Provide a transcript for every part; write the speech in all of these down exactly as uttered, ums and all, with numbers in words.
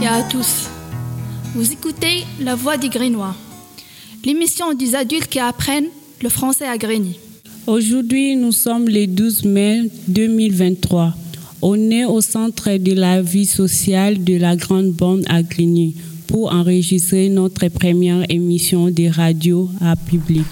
et à tous. Vous écoutez La Voix des Grignois, l'émission des adultes qui apprennent le français à Grigny. Aujourd'hui, nous sommes le douze mai deux mille vingt-trois. On est au centre de la vie sociale de la Grande Borne à Grigny pour enregistrer notre première émission de radio à public.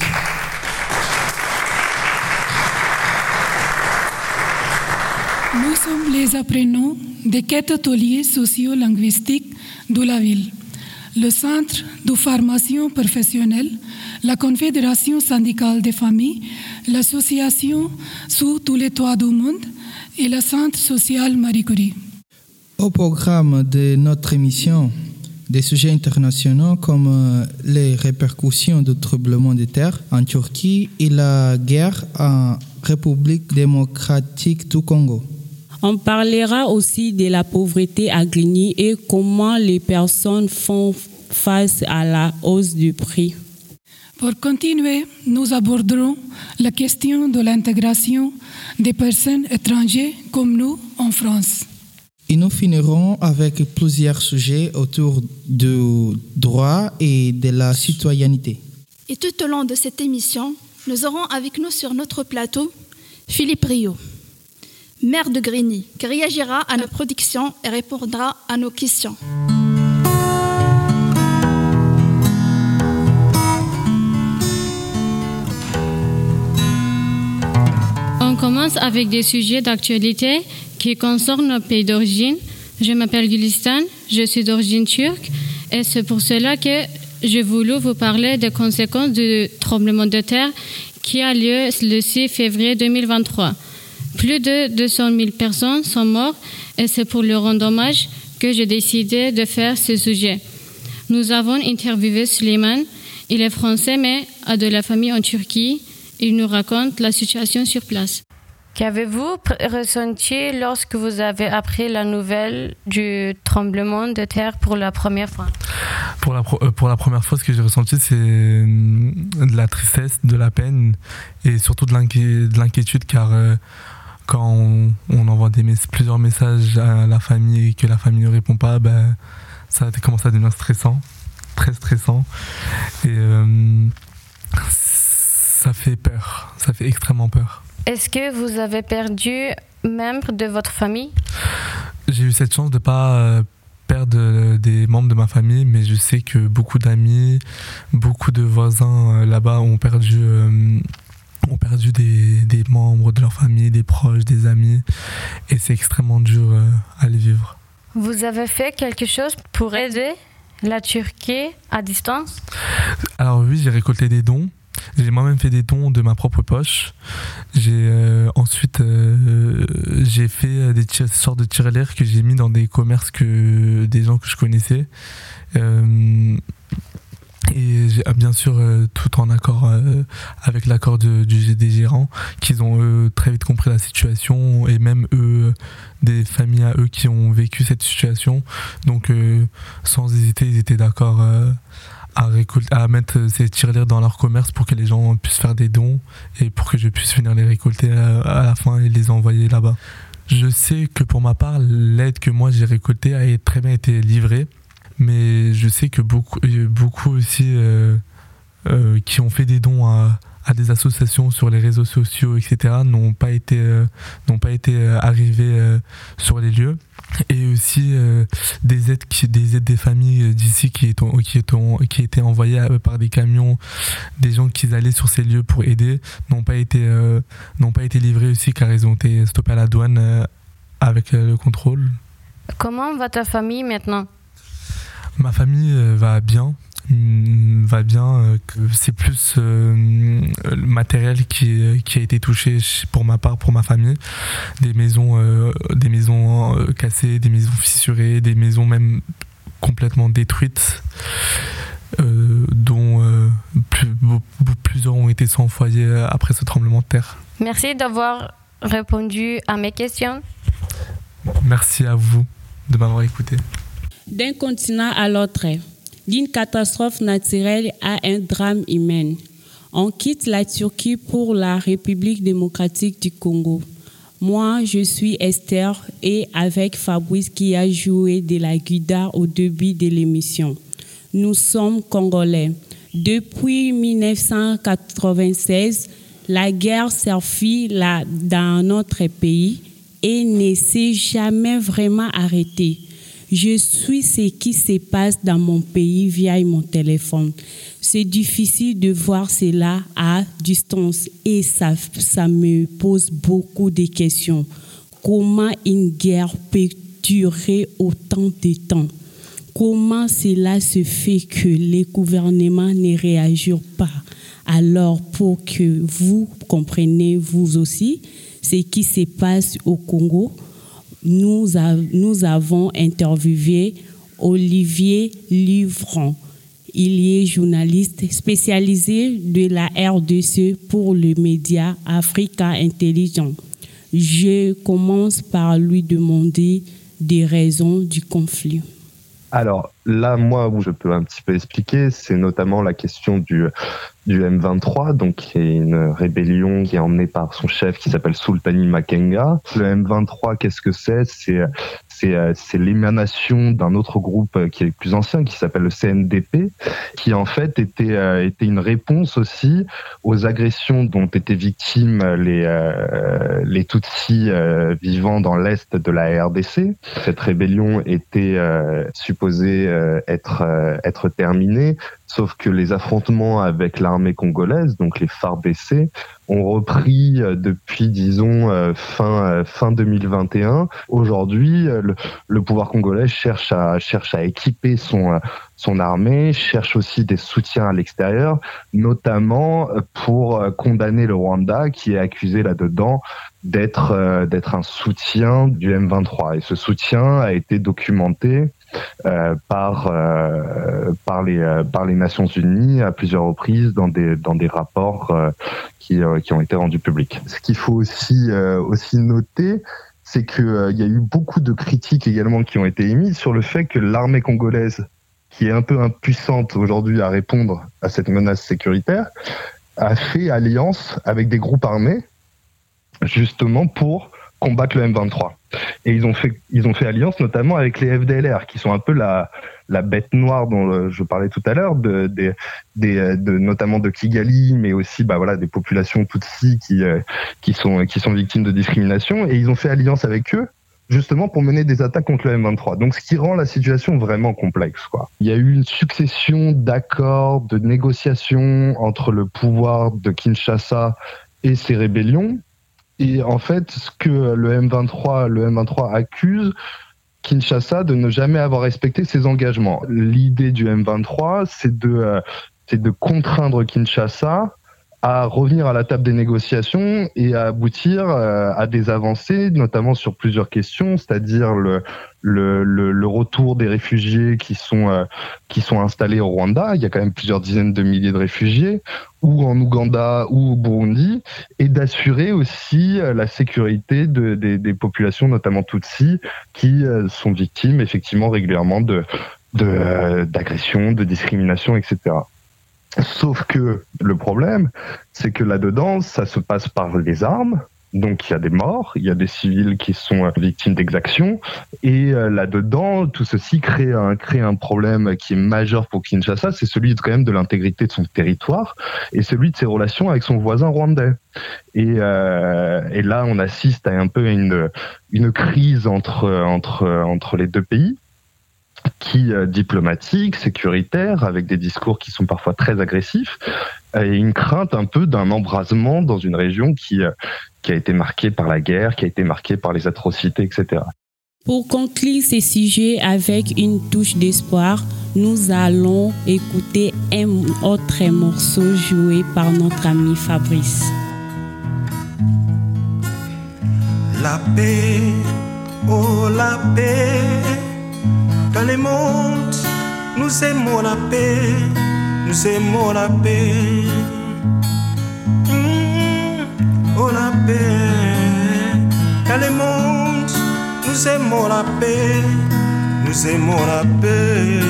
Nous sommes les apprenants des quatre ateliers socio-linguistiques de la ville, le Centre de formation professionnelle, la Confédération syndicale des familles, l'association Sous tous les toits du monde et le Centre social Marie Curie. Au programme de notre émission, des sujets internationaux comme les répercussions du tremblement de terre en Turquie et la guerre en République démocratique du Congo. On parlera aussi de la pauvreté à Grigny et comment les personnes font face à la hausse du prix. Pour continuer, nous aborderons la question de l'intégration des personnes étrangères comme nous en France. Et nous finirons avec plusieurs sujets autour du droit et de la citoyenneté. Et tout au long de cette émission, nous aurons avec nous sur notre plateau Philippe Rio, maire de Grigny, qui réagira à nos productions et répondra à nos questions. On commence avec des sujets d'actualité qui concernent nos pays d'origine. Je m'appelle Gülistan, je suis d'origine turque et c'est pour cela que j'ai voulu vous parler des conséquences du tremblement de terre qui a lieu le six février deux mille vingt-trois. Plus de deux cent mille personnes sont mortes et c'est pour leur rendre hommage que j'ai décidé de faire ce sujet. Nous avons interviewé Suleiman. Il est français mais a de la famille en Turquie. Il nous raconte la situation sur place. Qu'avez-vous ressenti lorsque vous avez appris la nouvelle du tremblement de terre pour la première fois ? Pour la, pour la première fois, ce que j'ai ressenti, c'est de la tristesse, de la peine et surtout de, l'inquié, de l'inquiétude car euh, quand on, on envoie des, plusieurs messages à la famille et que la famille ne répond pas, ben, ça commence à devenir stressant, très stressant. Et euh, ça fait peur, ça fait extrêmement peur. Est-ce que vous avez perdu membres de votre famille ? J'ai eu cette chance de ne pas perdre des membres de ma famille, mais je sais que beaucoup d'amis, beaucoup de voisins là-bas ont perdu, euh, ont perdu des, des membres de leur famille, des proches, des amis, et c'est extrêmement dur euh, à les vivre. Vous avez fait quelque chose pour aider la Turquie à distance ? Alors oui, j'ai récolté des dons. J'ai moi-même fait des dons de ma propre poche. J'ai euh, ensuite euh, j'ai fait des tir- sortes de tirelires que j'ai mis dans des commerces que des gens que je connaissais. Euh, et j'ai, bien sûr euh, tout en accord euh, avec l'accord de, du, des gérants, qu'ils ont euh, très vite compris la situation et même eux, des familles à eux qui ont vécu cette situation. Donc euh, sans hésiter, ils étaient d'accord. Euh, À, récolter, à mettre ces tirelires dans leur commerce pour que les gens puissent faire des dons et pour que je puisse venir les récolter à, à la fin et les envoyer là-bas. Je sais que pour ma part, l'aide que moi j'ai récoltée a très bien été livrée, mais je sais que beaucoup, beaucoup aussi euh, euh, qui ont fait des dons à, à des associations sur les réseaux sociaux, et cetera, n'ont pas été, euh, n'ont pas été euh, arrivés euh, sur les lieux. Et aussi euh, des aides qui, des aides des familles d'ici qui étaient qui étaient qui étaient envoyées par des camions, des gens qui allaient sur ces lieux pour aider n'ont pas été euh, n'ont pas été livrés aussi car ils ont été stoppés à la douane euh, avec euh, le contrôle. Comment va ta famille maintenant ? Ma famille euh, va bien. va bien, euh, c'est plus euh, le matériel qui, qui a été touché pour ma part, pour ma famille. Des maisons, euh, des maisons euh, cassées, des maisons fissurées, des maisons même complètement détruites, euh, dont euh, plus, plusieurs ont été sans foyer après ce tremblement de terre. Merci d'avoir répondu à mes questions. Merci à vous de m'avoir écouté. D'un continent à l'autre, d'une catastrophe naturelle à un drame humain. On quitte la Turquie pour la République démocratique du Congo. Moi, je suis Esther et avec Fabrice qui a joué de la guitare au début de l'émission. Nous sommes Congolais. Depuis dix-neuf cent quatre-vingt-seize, la guerre survit là dans notre pays et ne s'est jamais vraiment arrêtée. Je suis ce qui se passe dans mon pays via mon téléphone. C'est difficile de voir cela à distance et ça, ça me pose beaucoup de questions. Comment une guerre peut durer autant de temps? Comment cela se fait que les gouvernements ne réagissent pas? Alors, pour que vous compreniez vous aussi ce qui se passe au Congo, nous, a, nous avons interviewé Olivier Livron. Il est journaliste spécialisé de la R D C pour le média Africa Intelligent. Je commence par lui demander des raisons du conflit. Alors là, moi, où je peux un petit peu expliquer, c'est notamment la question du, du M vingt-trois, donc qui est une rébellion qui est emmenée par son chef qui s'appelle Sultani Makenga. Le M vingt-trois, qu'est-ce que c'est ? C'est c'est c'est l'émanation d'un autre groupe qui est plus ancien, qui s'appelle le C N D P, qui en fait était était une réponse aussi aux agressions dont étaient victimes les euh, les Tutsis euh, vivant dans l'est de la R D C. Cette rébellion était euh, supposée euh, être euh, être terminée, sauf que les affrontements avec l'armée congolaise, donc les F A R D C, ont repris depuis, disons, fin fin deux mille vingt et un. Aujourd'hui, le, le pouvoir congolais cherche à cherche à équiper son son armée, cherche aussi des soutiens à l'extérieur, notamment pour condamner le Rwanda, qui est accusé là-dedans d'être d'être un soutien du M vingt-trois. Et ce soutien a été documenté Euh, par euh, par les euh, par les Nations Unies à plusieurs reprises dans des dans des rapports euh, qui euh, qui ont été rendus publics. Ce qu'il faut aussi euh, aussi noter, c'est que euh, il y a eu beaucoup de critiques également qui ont été émises sur le fait que l'armée congolaise, qui est un peu impuissante aujourd'hui à répondre à cette menace sécuritaire, a fait alliance avec des groupes armés justement pour combattre le M vingt-trois. Et ils ont fait, ils ont fait alliance notamment avec les F D L R, qui sont un peu la, la bête noire dont le, je parlais tout à l'heure, de, de, de, de, notamment de Kigali, mais aussi, bah voilà, des populations Tutsis qui, euh, qui sont, qui sont victimes de discrimination. Et ils ont fait alliance avec eux, justement pour mener des attaques contre le M vingt-trois. Donc, ce qui rend la situation vraiment complexe, quoi. Il y a eu une succession d'accords, de négociations entre le pouvoir de Kinshasa et ses rébellions. Et en fait, ce que le M vingt-trois, le M vingt-trois accuse Kinshasa de ne jamais avoir respecté ses engagements. L'idée du M vingt-trois, c'est de, euh, c'est de contraindre Kinshasa à revenir à la table des négociations et à aboutir euh, à des avancées, notamment sur plusieurs questions, c'est-à-dire le, le, le, le retour des réfugiés qui sont, euh, qui sont installés au Rwanda. Il y a quand même plusieurs dizaines de milliers de réfugiés, ou en Ouganda ou au Burundi, et d'assurer aussi la sécurité de, des, des populations, notamment Tutsis, qui euh, sont victimes effectivement régulièrement de, de, euh, d'agressions, de discrimination, et cetera. Sauf que le problème, c'est que là-dedans, ça se passe par les armes. Donc il y a des morts, il y a des civils qui sont victimes d'exactions, et là-dedans, tout ceci crée un, crée un problème qui est majeur pour Kinshasa, c'est celui quand même de l'intégrité de son territoire et celui de ses relations avec son voisin rwandais. Et, euh, et là, on assiste à un peu une, une crise entre, entre, entre les deux pays, qui euh, diplomatique, sécuritaire, avec des discours qui sont parfois très agressifs, et une crainte un peu d'un embrasement dans une région qui, euh, qui a été marquée par la guerre, qui a été marquée par les atrocités, et cetera. Pour conclure ces sujets avec une touche d'espoir, nous allons écouter un autre morceau joué par notre ami Fabrice. La paix, oh la paix. Dans le monde, nous aimons la paix, nous aimons la paix. Mmh, oh la paix. Dans le monde, nous aimons la paix, nous aimons la paix.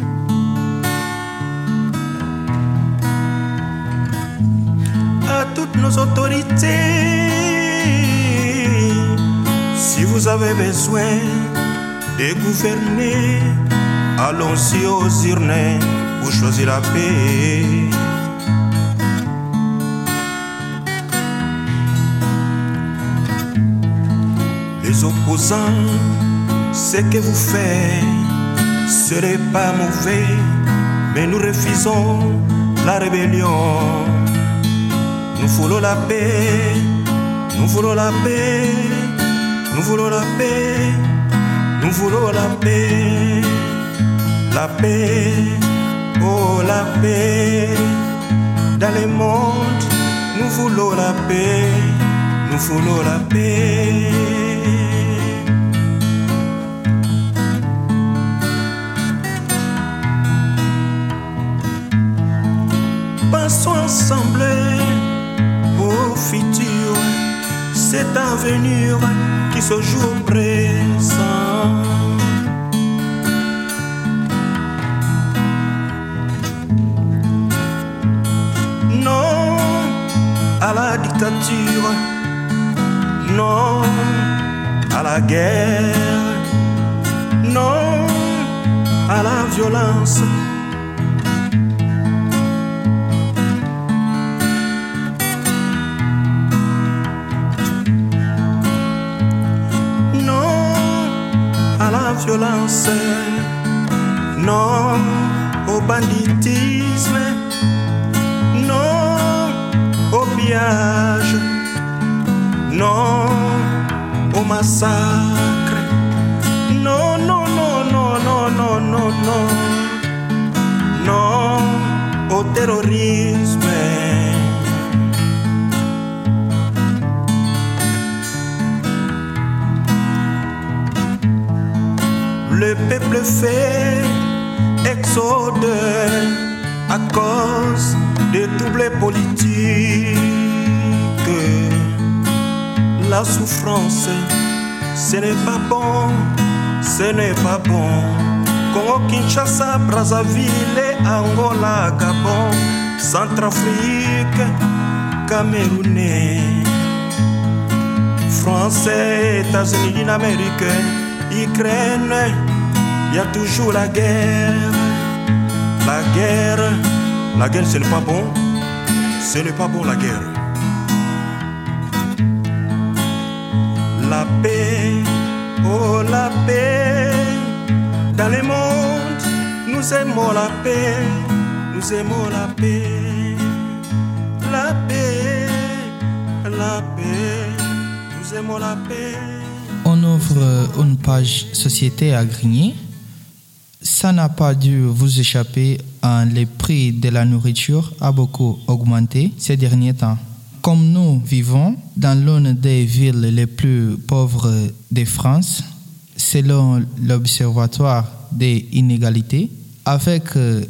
À toute nos autorités. Si vous avez besoin de gouverner, allons-y aux urnes pour choisir la paix. Les opposants, ce que vous faites, ce n'est pas mauvais, mais nous refusons la rébellion. Nous voulons la paix, nous voulons la paix, nous voulons la paix, nous voulons la paix, la paix, oh la paix. Dans le monde, nous voulons la paix, nous voulons la paix. Pensons ensemble au futur, cet avenir qui se joue au présent. Non à la dictature, non à la guerre, non à la violence. Violence, non au banditisme, non au pillage, non au massacre, non, non, non, non, non, non, non, non, non au terrorisme. Le peuple fait exode à cause des troubles politiques. La souffrance, ce n'est pas bon, ce n'est pas bon. Congo, Kinshasa, Brazzaville, Angola, Gabon, Centrafrique, Camerounais, Français, États-Unis d'Amérique, Ukraine, il y a toujours la guerre. La guerre, la guerre ce n'est pas bon, ce n'est pas bon la guerre. La paix, oh la paix, dans le monde, nous aimons la paix, nous aimons la paix. La paix, la paix, nous aimons la paix. On ouvre une page société à Grigny. Ça n'a pas dû vous échapper, hein, les prix de la nourriture a beaucoup augmenté ces derniers temps. Comme nous vivons dans l'une des villes les plus pauvres de France, selon l'Observatoire des inégalités, avec euh,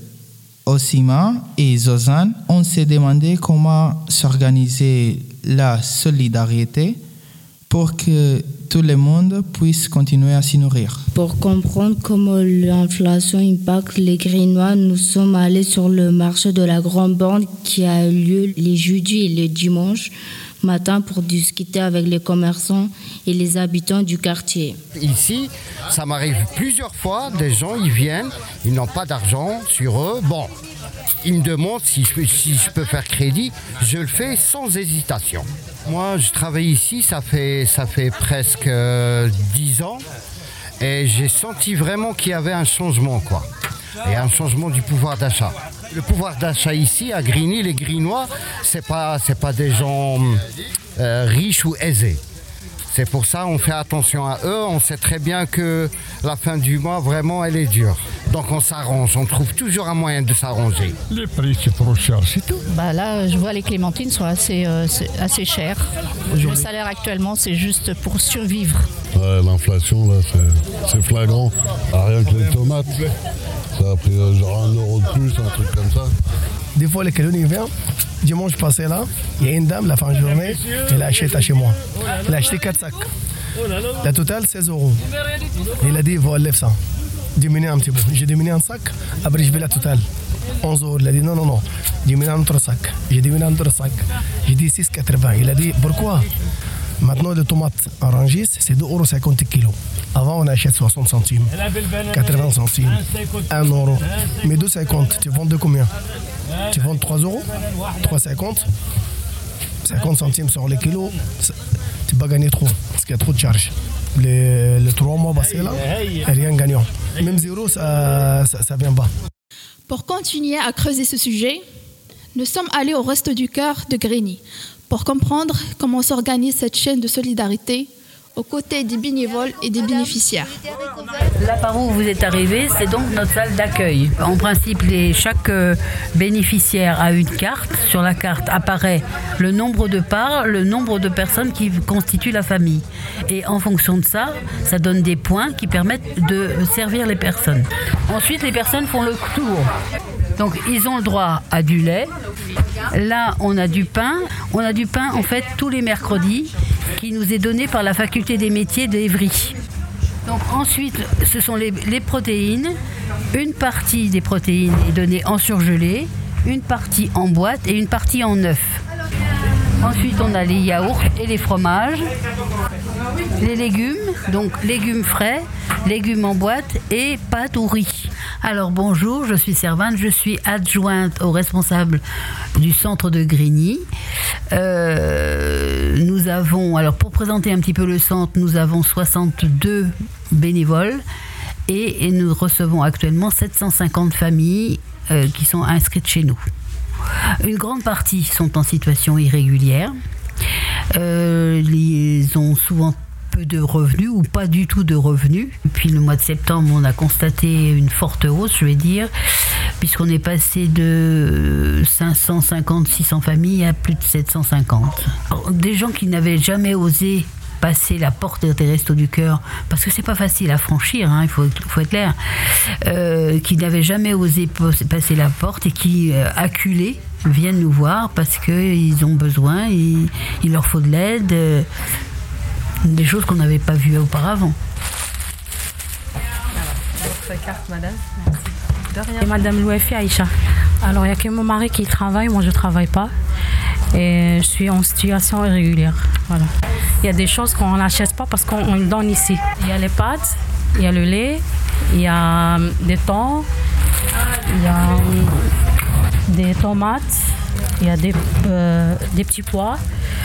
Osima et Zozan, on s'est demandé comment s'organiser la solidarité pour que tout le monde puisse continuer à s'y nourrir. Pour comprendre comment l'inflation impacte les Grignois, nous sommes allés sur le marché de la Grande Borne qui a eu lieu les jeudis et les dimanches matin pour discuter avec les commerçants et les habitants du quartier. Ici, ça m'arrive plusieurs fois, des gens, ils viennent, ils n'ont pas d'argent sur eux. Bon, ils me demandent si je, peux, si je peux faire crédit, je le fais sans hésitation. Moi, je travaille ici, ça fait, ça fait presque euh, dix ans et j'ai senti vraiment qu'il y avait un changement, quoi. Et un changement du pouvoir d'achat. Le pouvoir d'achat ici, à Grigny, les Grignois, c'est pas, c'est pas des gens euh, riches ou aisés. C'est pour ça qu'on fait attention à eux. On sait très bien que la fin du mois, vraiment, elle est dure. Donc on s'arrange, on trouve toujours un moyen de s'arranger. Les prix, c'est trop cher, c'est tout. Bah là, je vois les clémentines sont assez, euh, assez chères. Le salaire actuellement, c'est juste pour survivre. Ouais, l'inflation, là, c'est, c'est flagrant. Ah, rien que les tomates, ça a pris euh, genre un euro de plus, un truc comme ça. Des fois, les colonies viennent. Dimanche passé là, il y a une dame, la fin de journée, elle a acheté à chez moi. Elle a acheté quatre sacs. La totale, seize euros. Et il a dit, voilà, lève ça. Diminuer un petit peu. J'ai diminué un sac, après je vais la totale. onze euros. Il a dit non, non, non, diminue un autre sac. J'ai diminué un autre sac. J'ai dit six euros quatre-vingts. Il a dit pourquoi? Maintenant, les tomates orangis, c'est deux euros cinquante kilos. Avant, on achète soixante centimes, quatre-vingts centimes, un euro. Mais deux euros cinquante, tu vends de combien? Tu vends trois euros, trois euros cinquante, cinquante centimes sur les kilos, tu vas gagner trop, parce qu'il y a trop de charges. Les, les trois mois passés là, rien gagnant. Même zéro, ça ne vient pas. Pour continuer à creuser ce sujet, nous sommes allés au Resto du Cœur de Grigny pour comprendre comment s'organise cette chaîne de solidarité aux côtés des bénévoles et des bénéficiaires. Là par où vous êtes arrivés, c'est donc notre salle d'accueil. En principe, les, chaque euh, bénéficiaire a une carte. Sur la carte apparaît le nombre de parts, le nombre de personnes qui constituent la famille. Et en fonction de ça, ça donne des points qui permettent de servir les personnes. Ensuite, les personnes font le tour. Donc, ils ont le droit à du lait. Là, on a du pain. On a du pain, en fait, tous les mercredis, qui nous est donné par la faculté des métiers d'Evry. Donc ensuite, ce sont les, les protéines. Une partie des protéines est donnée en surgelé, une partie en boîte et une partie en œuf. Ensuite, on a les yaourts et les fromages, les légumes, donc légumes frais, légumes en boîte et pâtes ou riz. Alors bonjour, je suis Servane, je suis adjointe au responsable du centre de Grigny. Euh, nous avons, alors pour présenter un petit peu le centre, nous avons soixante-deux bénévoles et, et nous recevons actuellement sept cent cinquante familles euh, qui sont inscrites chez nous. Une grande partie sont en situation irrégulière. Euh, ils ont souvent peu de revenus ou pas du tout de revenus. Depuis le mois de septembre, on a constaté une forte hausse, je vais dire, puisqu'on est passé de cinq cent cinquante, six cents familles à plus de sept cent cinquante. Alors, des gens qui n'avaient jamais osé passer la porte des Restos du Cœur, parce que c'est pas facile à franchir, hein, il faut, faut être clair, euh, qui n'avaient jamais osé passer la porte et qui, euh, acculés, viennent nous voir parce qu'ils ont besoin, il, il leur faut de l'aide, euh, des choses qu'on n'avait pas vues auparavant. Alors, votre carte, madame. Merci. Et madame Louefi Aïcha. Alors, il n'y a que mon mari qui travaille, moi je ne travaille pas. Et je suis en situation irrégulière. Voilà. Il y a des choses qu'on n'achète pas parce qu'on le donne ici. Il y a les pâtes, il y a le lait, il y a des thons, il y a des tomates, il y a des, euh, des petits pois.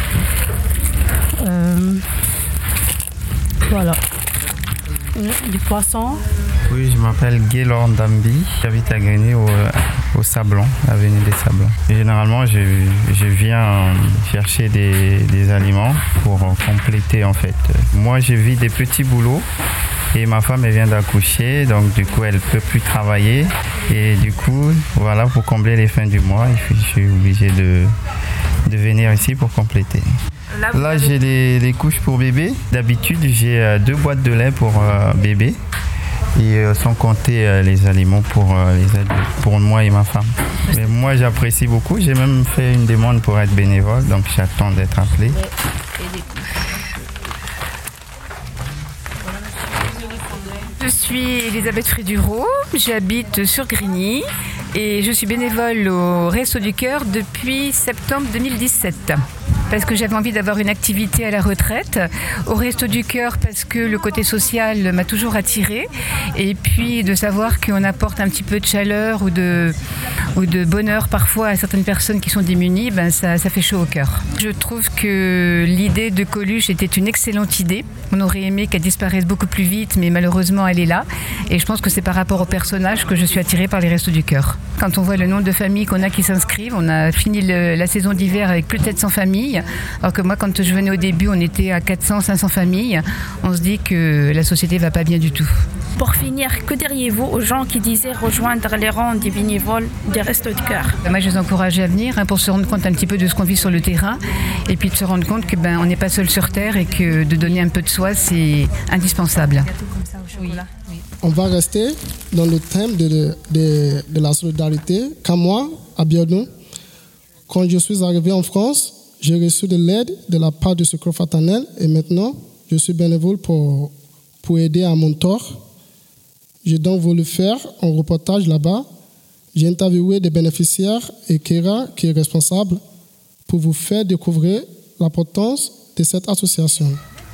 Euh, voilà. Du poisson. Oui, je m'appelle Gaylor Dambi. J'habite à Grigny au, au Sablon, avenue des Sablons. Et généralement, je, je viens chercher des, des aliments pour compléter en fait. Moi, je vis des petits boulots et ma femme elle vient d'accoucher, donc du coup, elle ne peut plus travailler. Et du coup, voilà, pour combler les fins du mois, je suis obligé de, de venir ici pour compléter. Là, Là j'ai les, les couches pour bébé. D'habitude, j'ai euh, deux boîtes de lait pour euh, bébé. Et euh, sans compter euh, les aliments pour euh, les adultes, pour moi et ma femme. Mais moi, j'apprécie beaucoup. J'ai même fait une demande pour être bénévole, donc j'attends d'être appelé. Je suis Elisabeth Frédureau, j'habite sur Grigny et je suis bénévole au Resto du Cœur depuis septembre deux mille dix-sept. Parce que j'avais envie d'avoir une activité à la retraite, au Resto du Cœur parce que le côté social m'a toujours attirée, et puis de savoir qu'on apporte un petit peu de chaleur ou de, ou de bonheur parfois à certaines personnes qui sont démunies, ben ça, ça fait chaud au cœur. Je trouve que l'idée de Coluche était une excellente idée. On aurait aimé qu'elle disparaisse beaucoup plus vite, mais malheureusement elle est là, et je pense que c'est par rapport au personnage que je suis attirée par les Restos du Cœur. Quand on voit le nombre de familles qu'on a qui s'inscrivent, on a fini le, la saison d'hiver avec plus de sept cents familles. Alors que moi, quand je venais au début, on était à quatre cents, cinq cents familles. On se dit que la société ne va pas bien du tout. Pour finir, que diriez-vous aux gens qui disaient rejoindre les rangs des bénévoles des Restos du Cœur? Moi, je les encourage à venir hein, pour se rendre compte un petit peu de ce qu'on vit sur le terrain et puis de se rendre compte que ben, on n'est pas seul sur Terre et que de donner un peu de soi, c'est indispensable. Oui. On va rester dans le thème de, de, de la solidarité. Comme moi, à Biodon, quand je suis arrivé en France, j'ai reçu de l'aide de la part du Secours Fraternel et maintenant, je suis bénévole pour, pour aider à mon tort. J'ai donc voulu faire un reportage là-bas, j'ai interviewé des bénéficiaires et Kera, qui est responsable, pour vous faire découvrir l'importance de cette association.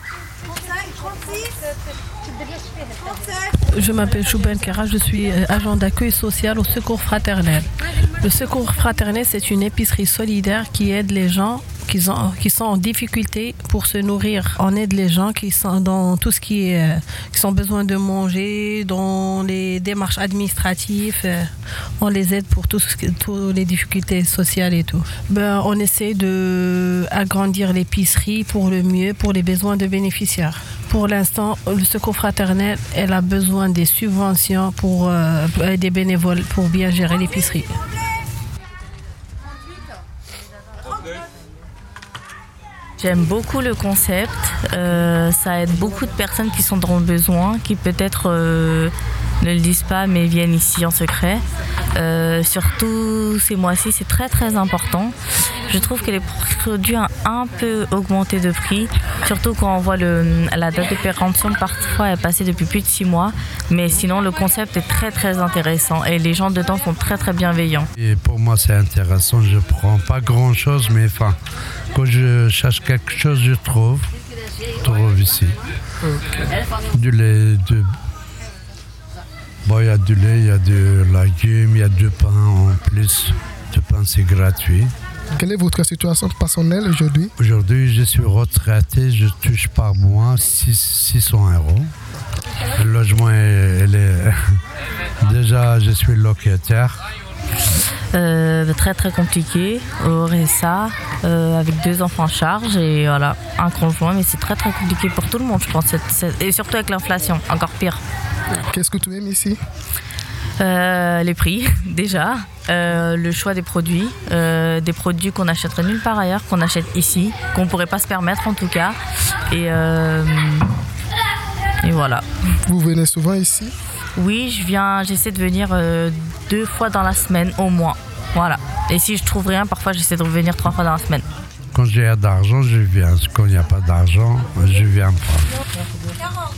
Je m'appelle Chouben Kera, je suis agent d'accueil social au Secours Fraternel. Le Secours Fraternel, c'est une épicerie solidaire qui aide les gens qui sont, qui sont en difficulté pour se nourrir. On aide les gens qui sont dans tout ce qui est, qui ont besoin de manger, dans les démarches administratives. On les aide pour tout ce, toutes les difficultés sociales et tout. Ben, on essaie d'agrandir l'épicerie pour le mieux, pour les besoins de bénéficiaires. Pour l'instant, le Secours Fraternel, elle a besoin des subventions pour euh, des bénévoles pour bien gérer l'épicerie. J'aime beaucoup le concept. Euh, ça aide beaucoup de personnes qui sont dans le besoin, qui peut-être euh, ne le disent pas, mais viennent ici en secret. Euh, surtout ces mois-ci, c'est très très important. Je trouve que les produits ont un peu augmenté de prix, surtout quand on voit le, la date de péremption parfois est passée depuis plus de six mois. Mais sinon, le concept est très très intéressant et les gens dedans sont très très bienveillants. Et pour moi, c'est intéressant. Je prends pas grand-chose, mais enfin, quand je cherche quelque chose, je trouve. Je trouve ici. Okay. Du lait, de... Bon, il y a du lait, il y a du légumes, il y a du pain en plus. Du pain, c'est gratuit. Quelle est votre situation personnelle aujourd'hui? Aujourd'hui, je suis retraité, je touche par mois six cents euros. Le logement, est, elle est... déjà, je suis locataire. Euh, très très compliqué au R S A, euh, avec deux enfants en charge et voilà, un conjoint, mais c'est très très compliqué pour tout le monde, je pense, c'est, c'est... et surtout avec l'inflation, encore pire. Qu'est-ce que tu aimes ici? Euh, les prix, déjà, euh, le choix des produits, euh, des produits qu'on n'achèterait nulle part ailleurs, qu'on achète ici, qu'on ne pourrait pas se permettre en tout cas. Et, euh, et voilà. Vous venez souvent ici? Oui, je viens, j'essaie de venir euh, deux fois dans la semaine au moins. Voilà. Et si je trouve rien, parfois j'essaie de revenir trois fois dans la semaine. Quand j'ai d'argent, je viens. Quand il n'y a pas d'argent, je viens pas.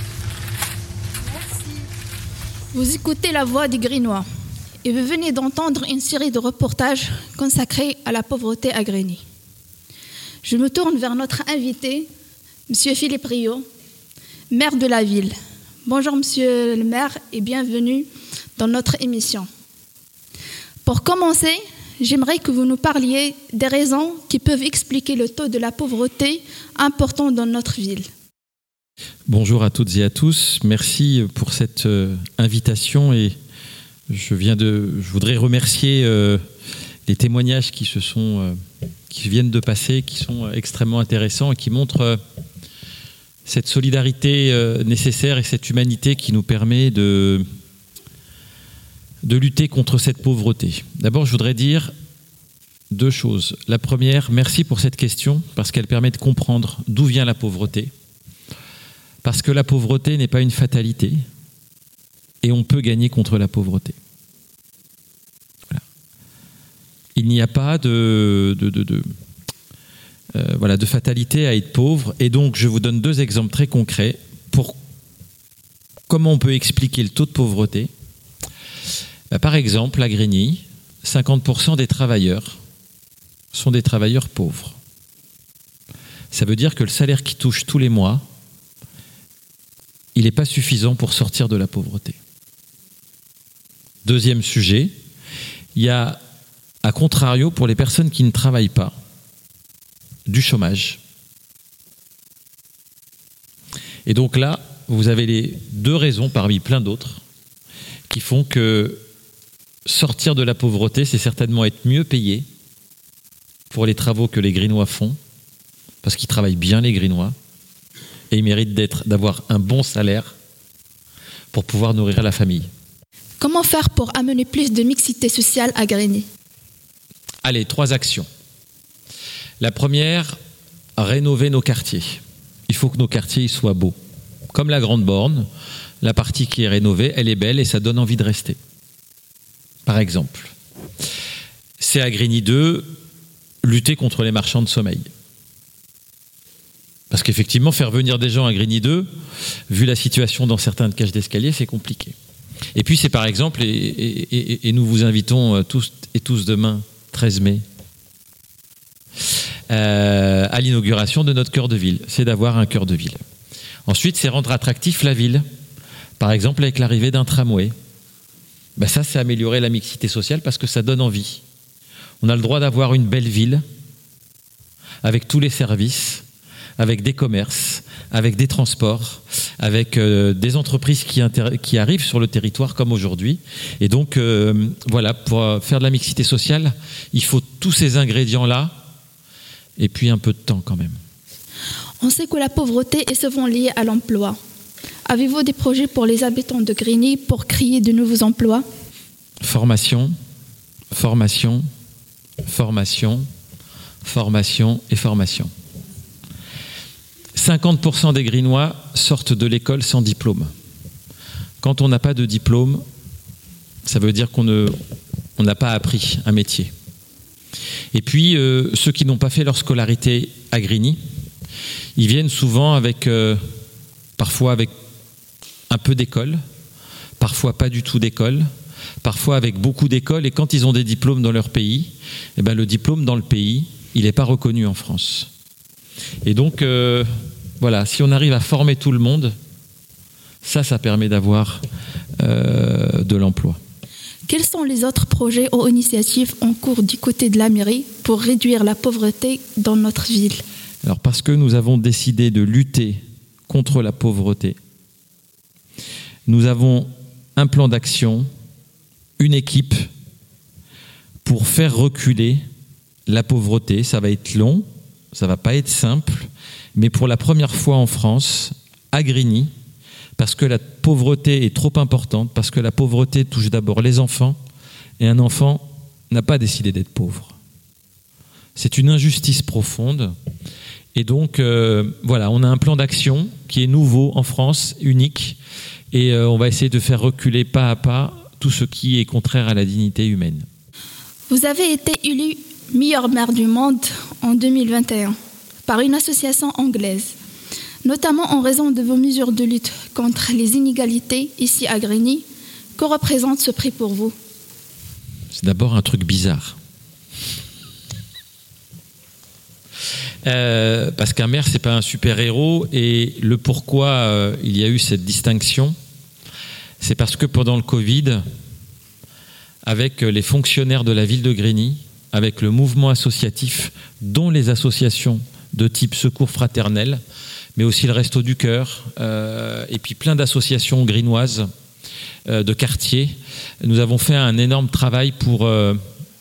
Vous écoutez la voix des Grignois et vous venez d'entendre une série de reportages consacrés à la pauvreté à Grigny. Je me tourne vers notre invité, M. Philippe Rio, maire de la ville. Bonjour Monsieur le maire et bienvenue dans notre émission. Pour commencer, j'aimerais que vous nous parliez des raisons qui peuvent expliquer le taux de la pauvreté important dans notre ville. Bonjour à toutes et à tous, merci pour cette euh, invitation et je, viens de, je voudrais remercier euh, les témoignages qui, se sont, euh, qui viennent de passer, qui sont euh, extrêmement intéressants et qui montrent euh, cette solidarité euh, nécessaire et cette humanité qui nous permet de, de lutter contre cette pauvreté. D'abord, je voudrais dire deux choses. La première, merci pour cette question parce qu'elle permet de comprendre d'où vient la pauvreté. Parce que la pauvreté n'est pas une fatalité et on peut gagner contre la pauvreté. Voilà. Il n'y a pas de, de, de, de, euh, voilà, de fatalité à être pauvre et donc je vous donne deux exemples très concrets pour comment on peut expliquer le taux de pauvreté. Bah, par exemple, à Grigny, cinquante pour cent des travailleurs sont des travailleurs pauvres. Ça veut dire que le salaire qu'ils touchent tous les mois, il n'est pas suffisant pour sortir de la pauvreté. Deuxième sujet, il y a, à contrario, pour les personnes qui ne travaillent pas, du chômage. Et donc là, vous avez les deux raisons, parmi plein d'autres, qui font que sortir de la pauvreté, c'est certainement être mieux payé pour les travaux que les Grignois font, parce qu'ils travaillent bien les Grignois, et ils méritent d'être, d'avoir un bon salaire pour pouvoir nourrir la famille. Comment faire pour amener plus de mixité sociale à Grigny? Allez, trois actions. La première, rénover nos quartiers. Il faut que nos quartiers soient beaux. Comme la Grande Borne, la partie qui est rénovée, elle est belle et ça donne envie de rester. Par exemple, c'est à Grigny deux, lutter contre les marchands de sommeil. Parce qu'effectivement, faire venir des gens à Grigny deux, vu la situation dans certaines cages d'escalier, c'est compliqué. Et puis c'est par exemple, et, et, et, et nous vous invitons tous et tous demain, treize mai, euh, à l'inauguration de notre cœur de ville, c'est d'avoir un cœur de ville. Ensuite, c'est rendre attractif la ville, par exemple avec l'arrivée d'un tramway. Ben ça, c'est améliorer la mixité sociale parce que ça donne envie. On a le droit d'avoir une belle ville avec tous les services, avec des commerces, avec des transports, avec euh, des entreprises qui, inter- qui arrivent sur le territoire comme aujourd'hui. Et donc, euh, voilà, pour faire de la mixité sociale, il faut tous ces ingrédients-là et puis un peu de temps quand même. On sait que la pauvreté est souvent liée à l'emploi. Avez-vous des projets pour les habitants de Grigny pour créer de nouveaux emplois ? Formation, formation, formation, formation et formation. cinquante pour cent des Grignois sortent de l'école sans diplôme. Quand on n'a pas de diplôme, ça veut dire qu'on ne, on n'a pas appris un métier. Et puis, euh, ceux qui n'ont pas fait leur scolarité à Grigny, ils viennent souvent avec, euh, parfois avec un peu d'école, parfois pas du tout d'école, parfois avec beaucoup d'écoles, et quand ils ont des diplômes dans leur pays, eh ben le diplôme dans le pays, il n'est pas reconnu en France. Et donc, euh, voilà, si on arrive à former tout le monde, ça, ça permet d'avoir euh, de l'emploi. Quels sont les autres projets ou initiatives en cours du côté de la mairie pour réduire la pauvreté dans notre ville ? Alors, parce que nous avons décidé de lutter contre la pauvreté, nous avons un plan d'action, une équipe pour faire reculer la pauvreté. Ça va être long, ça va pas être simple, mais pour la première fois en France, à Grigny, parce que la pauvreté est trop importante, parce que la pauvreté touche d'abord les enfants, et un enfant n'a pas décidé d'être pauvre. C'est une injustice profonde. Et donc, euh, voilà, on a un plan d'action qui est nouveau en France, unique, et euh, on va essayer de faire reculer pas à pas tout ce qui est contraire à la dignité humaine. Vous avez été élu meilleur maire du monde en deux mille vingt et un par une association anglaise, notamment en raison de vos mesures de lutte contre les inégalités ici à Grigny. Que représente ce prix pour vous ? C'est d'abord un truc bizarre. Euh, parce qu'un maire, c'est pas un super-héros, et le pourquoi euh, il y a eu cette distinction, c'est parce que pendant le Covid, avec les fonctionnaires de la ville de Grigny, avec le mouvement associatif, dont les associations de type Secours Fraternel, mais aussi le Resto du Cœur, euh, et puis plein d'associations grignoises euh, de quartier, nous avons fait un énorme travail pour euh,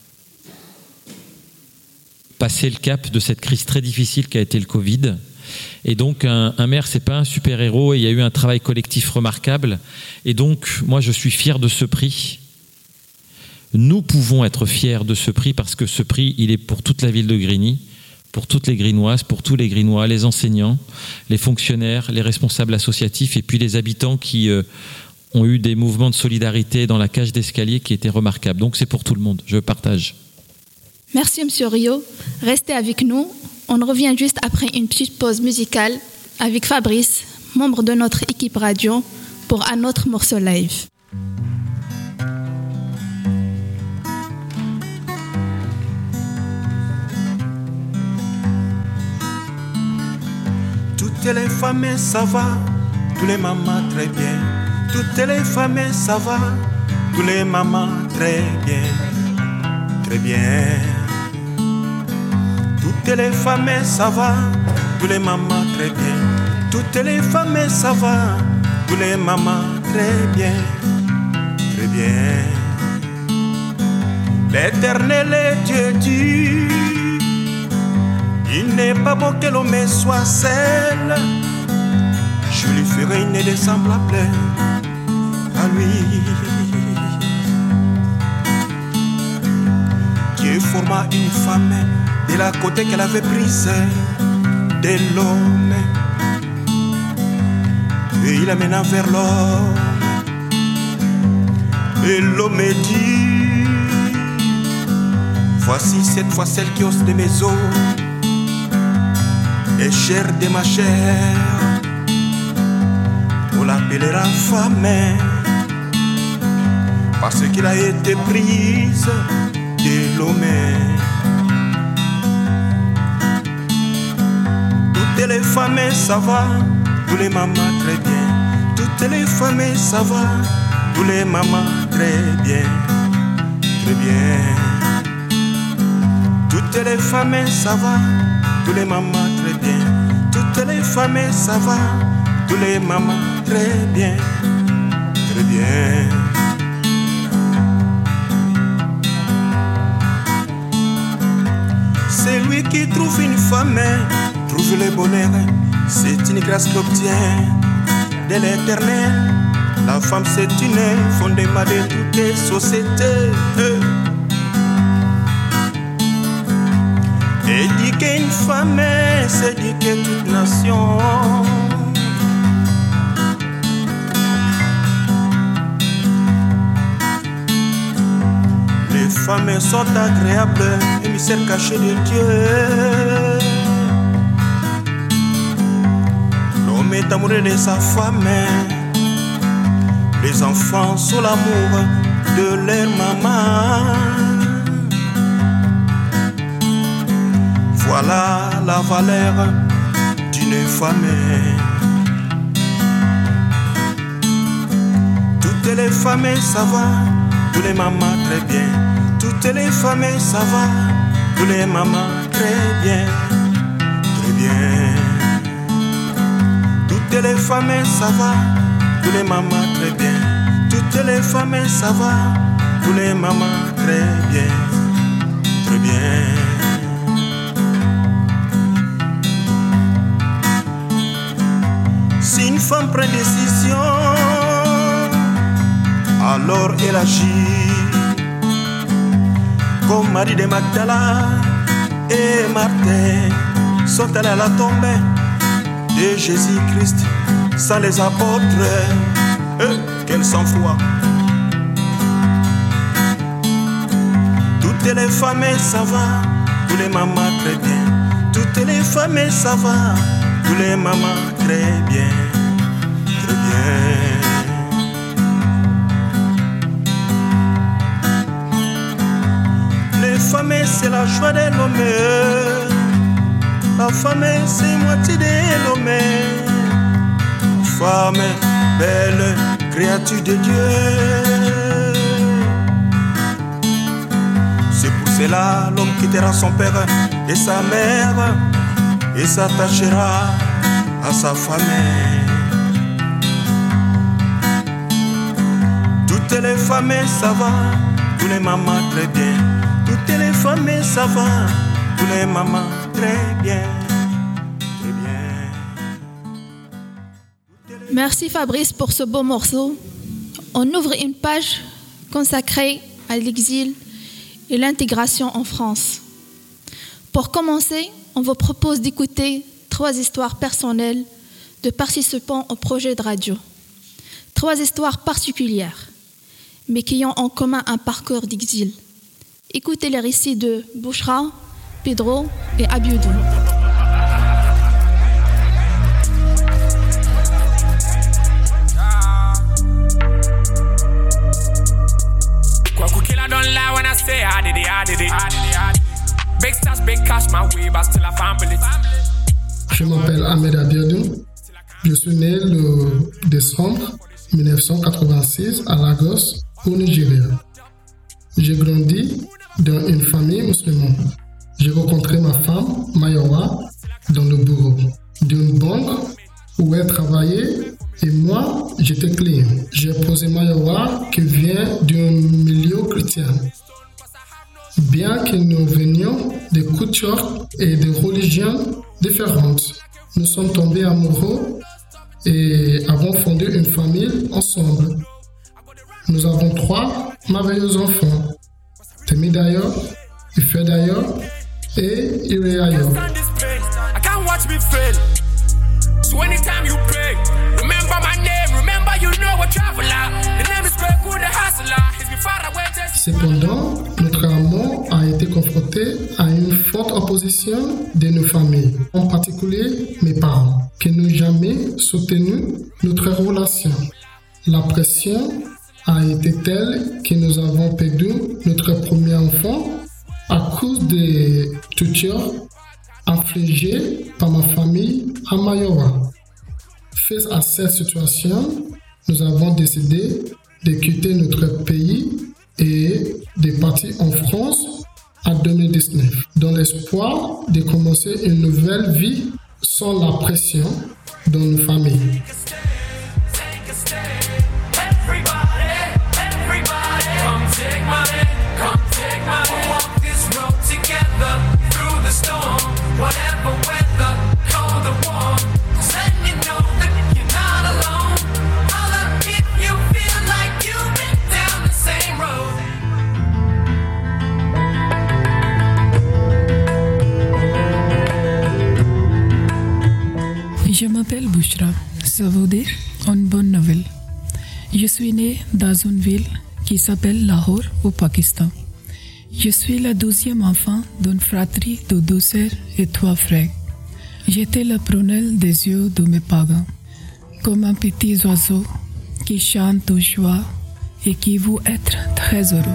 passer le cap de cette crise très difficile qu'a été le Covid. Et donc un, un maire, c'est pas un super-héros, et il y a eu un travail collectif remarquable. Et donc moi je suis fier de ce prix. Nous pouvons être fiers de ce prix parce que ce prix, il est pour toute la ville de Grigny, pour toutes les Grignoises, pour tous les Grignois, les enseignants, les fonctionnaires, les responsables associatifs et puis les habitants qui euh, ont eu des mouvements de solidarité dans la cage d'escalier qui étaient remarquables. Donc c'est pour tout le monde, je partage. Merci M. Rio. Restez avec nous. On revient juste après une petite pause musicale avec Fabrice, membre de notre équipe radio, pour un autre morceau live. Toutes les femmes, ça va, tous les mamans très bien. Toutes les femmes, ça va, tous les mamans très bien, très bien. Toutes les femmes, ça va, tous les mamans très bien. Toutes les femmes, ça va, tous les mamans très bien, très bien. L'Éternel est Dieu dit, il n'est pas bon que l'homme soit seul. Je lui ferai une des semblables à lui. Dieu forma une femme de la côté qu'elle avait prise de l'homme, et il l'amena vers l'homme. Et l'homme dit, voici cette fois celle qui ose de mes os et chair de ma chair. On l'appellera femme. parce qu'il a été prise de Lomé. Toutes les femmes ça va, tous les mamans très bien. Toutes les femmes ça va, tous les mamans très bien, très bien. Toutes les femmes ça va, tous les mamans très bien. Toutes les femmes ça va, tous les mamans très bien, très bien. C'est lui qui trouve une femme, trouve le bonheur. C'est une grâce qu'il obtient de l'Éternel. La femme c'est une fondement de toutes les sociétés. Éduquer une femme, c'est éduquer toute nation. Les femmes sont agréables, émissaires cachés de Dieu. L'homme est amoureux de sa femme. Les enfants sont l'amour de leur maman. Voilà la valeur d'une femme. Toutes les femmes ça va, tous les mamans très bien. Toutes les femmes ça va, tous les mamans très bien, très bien. Toutes les femmes ça va, tous les mamans très bien. Toutes les femmes ça va, tous les mamans très bien, très bien. Si une femme prend décision, alors elle agit. Comme Marie de Magdala et Martin sont allés à la tombe de Jésus-Christ sans les apôtres. Euh, quel sang-froid! Toutes les femmes ça va, tous les mamans très bien. Toutes les femmes ça va, tous les mamans très bien, très bien. Les femmes c'est la joie de l'homme. La femme c'est moitié de l'homme. Femme, belle créature de Dieu. C'est pour cela l'homme quittera son père et sa mère et s'attachera à sa femme. Toutes les femmes ça va, tous les mamans très bien. Toutes les femmes ça va, tous les mamans très bien, très bien. Merci Fabrice pour ce beau morceau. On ouvre une page consacrée à l'exil et l'intégration en France. Pour commencer, on vous propose d'écouter trois histoires personnelles de participants au projet de radio. Trois histoires particulières, mais qui ont en commun un parcours d'exil. Écoutez les récits de Bouchra, Pedro et Abiodou. Je m'appelle Ahmed Abiodou. Je suis né le décembre mille neuf cent quatre-vingt-six à Lagos, au Nigeria. J'ai grandi dans une famille musulmane. J'ai rencontré ma femme, Mayowa, dans le bureau d'une banque où elle travaillait et moi, j'étais client. J'ai posé Mayowa qui vient d'un milieu chrétien. Bien que nous venions de cultures et de religions différentes, nous sommes tombés amoureux et avons fondé une famille ensemble. Nous avons trois merveilleux enfants, Temidayo, Ifedayo et Ireayo. Cependant, notre amour a été confronté à une forte opposition de nos familles, en particulier mes parents, qui n'ont jamais soutenu notre relation. La pression a été telle que nous avons perdu notre premier enfant à cause des tortures infligées par ma famille à Mayowa. Face à cette situation, nous avons décidé de quitter notre pays et de partir en France en deux mille dix-neuf, dans l'espoir de commencer une nouvelle vie sans la pression dans nos familles. Je m'appelle Bushra, ça veut dire une bonne nouvelle. Je suis née dans une ville qui s'appelle Lahore au Pakistan. Je suis la douzième enfant d'une fratrie de deux sœurs et trois frères. J'étais la prunelle des yeux de mes parents, comme un petit oiseau qui chante de joie et qui veut être très heureux.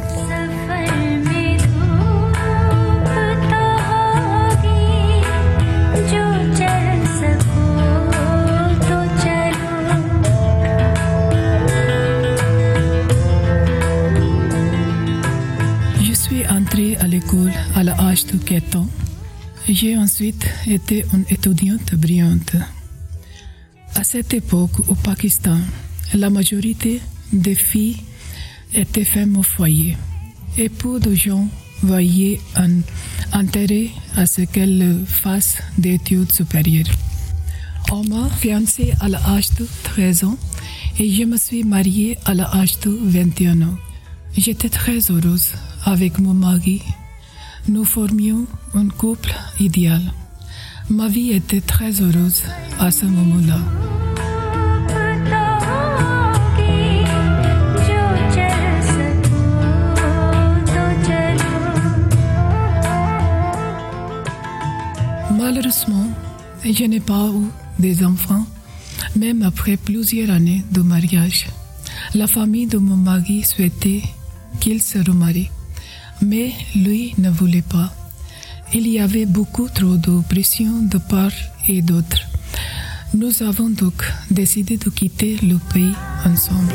Entrée à l'école à l'âge de quatre ans. J'ai ensuite été une étudiante brillante. À cette époque, au Pakistan, la majorité des filles étaient femmes au foyer et peu de gens voyaient un intérêt à ce qu'elles fassent des études supérieures. On m'a fiancée à l'âge de treize ans et je me suis mariée à l'âge de vingt et un ans. J'étais très heureuse avec mon mari. Nous formions un couple idéal. Ma vie était très heureuse à ce moment-là. Malheureusement, je n'ai pas eu des enfants, même après plusieurs années de mariage. La famille de mon mari souhaitait qu'il se remarie, mais lui ne voulait pas. Il y avait beaucoup trop de pression de part et d'autre. Nous avons donc décidé de quitter le pays ensemble.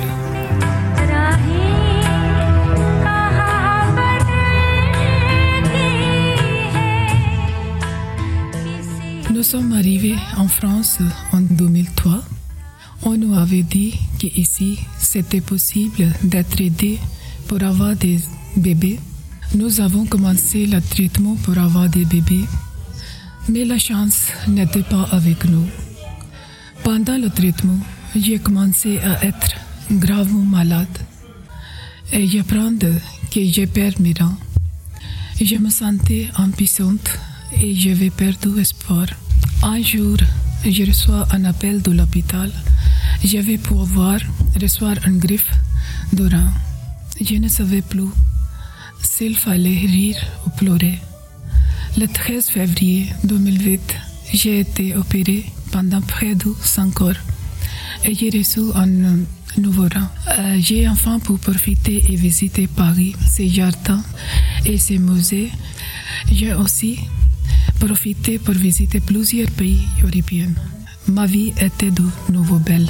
Nous sommes arrivés en France en deux mille trois. On nous avait dit qu'ici, c'était possible d'être aidé pour avoir des bébés. Nous avons commencé le traitement pour avoir des bébés, mais la chance n'était pas avec nous. Pendant le traitement, j'ai commencé à être gravement malade et j'apprends que j'ai perdu mes reins. Je me sentais impuissante et j'avais perdu espoir. Un jour, je reçois un appel de l'hôpital. Je vais pouvoir recevoir une greffe de rein. Je ne savais plus s'il fallait rire ou pleurer. Le treize février deux mille huit, j'ai été opérée pendant près de cinq heures et j'ai reçu un nouveau rein. Euh, j'ai enfin pu profiter et visiter Paris, ses jardins et ses musées. J'ai aussi profité pour visiter plusieurs pays européens. Ma vie était de nouveau belle.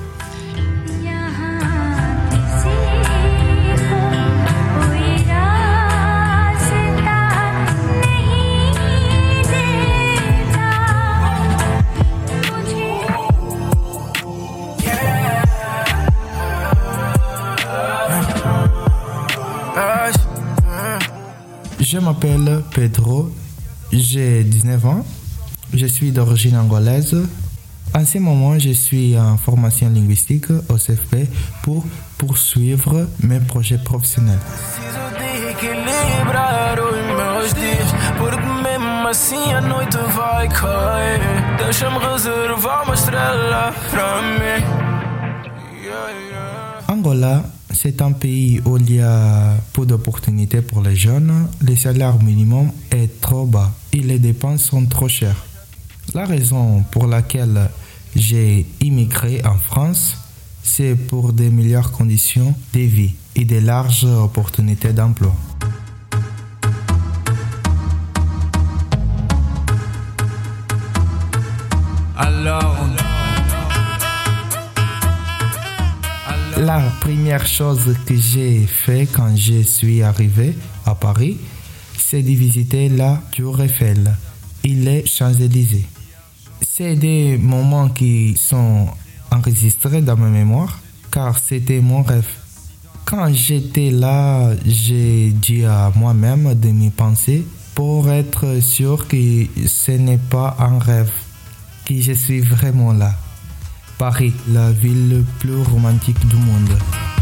Je m'appelle Pedro, j'ai dix-neuf ans, je suis d'origine angolaise. En ce moment, je suis en formation linguistique au C F P pour poursuivre mes projets professionnels. Angola, c'est un pays où il y a peu d'opportunités pour les jeunes, le salaire minimum est trop bas et les dépenses sont trop chères. La raison pour laquelle j'ai immigré en France, c'est pour de meilleures conditions de vie et de larges opportunités d'emploi. Alors, La première chose que j'ai fait quand je suis arrivé à Paris, c'est de visiter la Tour Eiffel et les Champs-Élysées. C'est des moments qui sont enregistrés dans ma mémoire, car c'était mon rêve. Quand j'étais là, j'ai dit à moi-même de m'y penser pour être sûr que ce n'est pas un rêve, que je suis vraiment là. Paris, la ville la plus romantique du monde.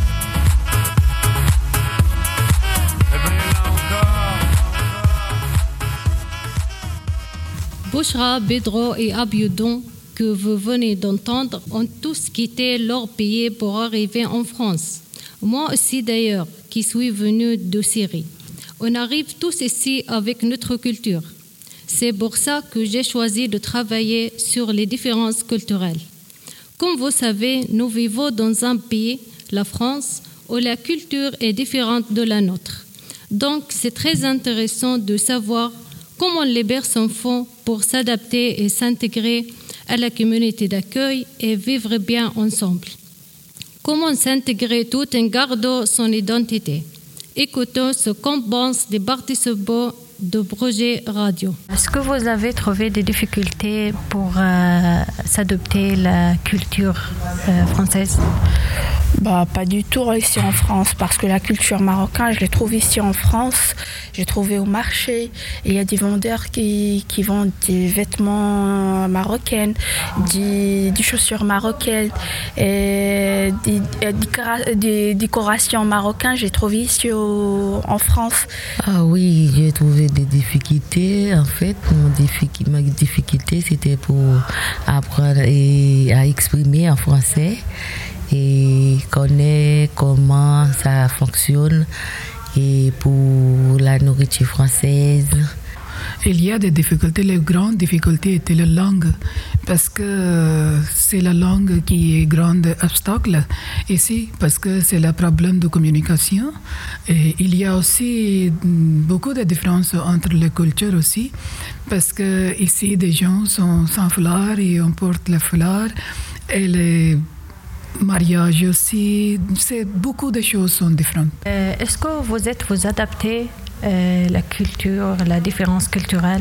Bouchra, Bédro et Abiodon, que vous venez d'entendre, ont tous quitté leur pays pour arriver en France. Moi aussi d'ailleurs, qui suis venu de Syrie. On arrive tous ici avec notre culture. C'est pour ça que j'ai choisi de travailler sur les différences culturelles. Comme vous savez, nous vivons dans un pays, la France, où la culture est différente de la nôtre. Donc, c'est très intéressant de savoir comment les personnes font pour s'adapter et s'intégrer à la communauté d'accueil et vivre bien ensemble. Comment s'intégrer tout en gardant son identité? Écoutons ce qu'en pensent des participants de projet radio. Est-ce que vous avez trouvé des difficultés pour euh, s'adapter à la culture euh, française? Bah, pas du tout ici en France, parce que la culture marocaine, je l'ai trouvée ici en France. J'ai trouvé au marché. Il y a des vendeurs qui, qui vendent des vêtements marocains, des, des chaussures marocaines, et des, des, des décorations marocaines. J'ai trouvé ici au, en France. Ah oui, j'ai trouvé des difficultés. En fait, mon difficulté, ma difficulté, c'était pour apprendre et à exprimer en français et connaître comment ça fonctionne et pour la nourriture française. Il y a des difficultés, les grandes difficultés étaient la langue, parce que c'est la langue qui est grand obstacle ici, parce que c'est le problème de communication. Et il y a aussi beaucoup de différences entre les cultures aussi, parce que ici des gens sont sans fleurs et on porte les fleurs, et les mariages aussi, c'est, beaucoup de choses sont différentes. Euh, est-ce que vous êtes vous adaptez euh, la culture, la différence culturelle?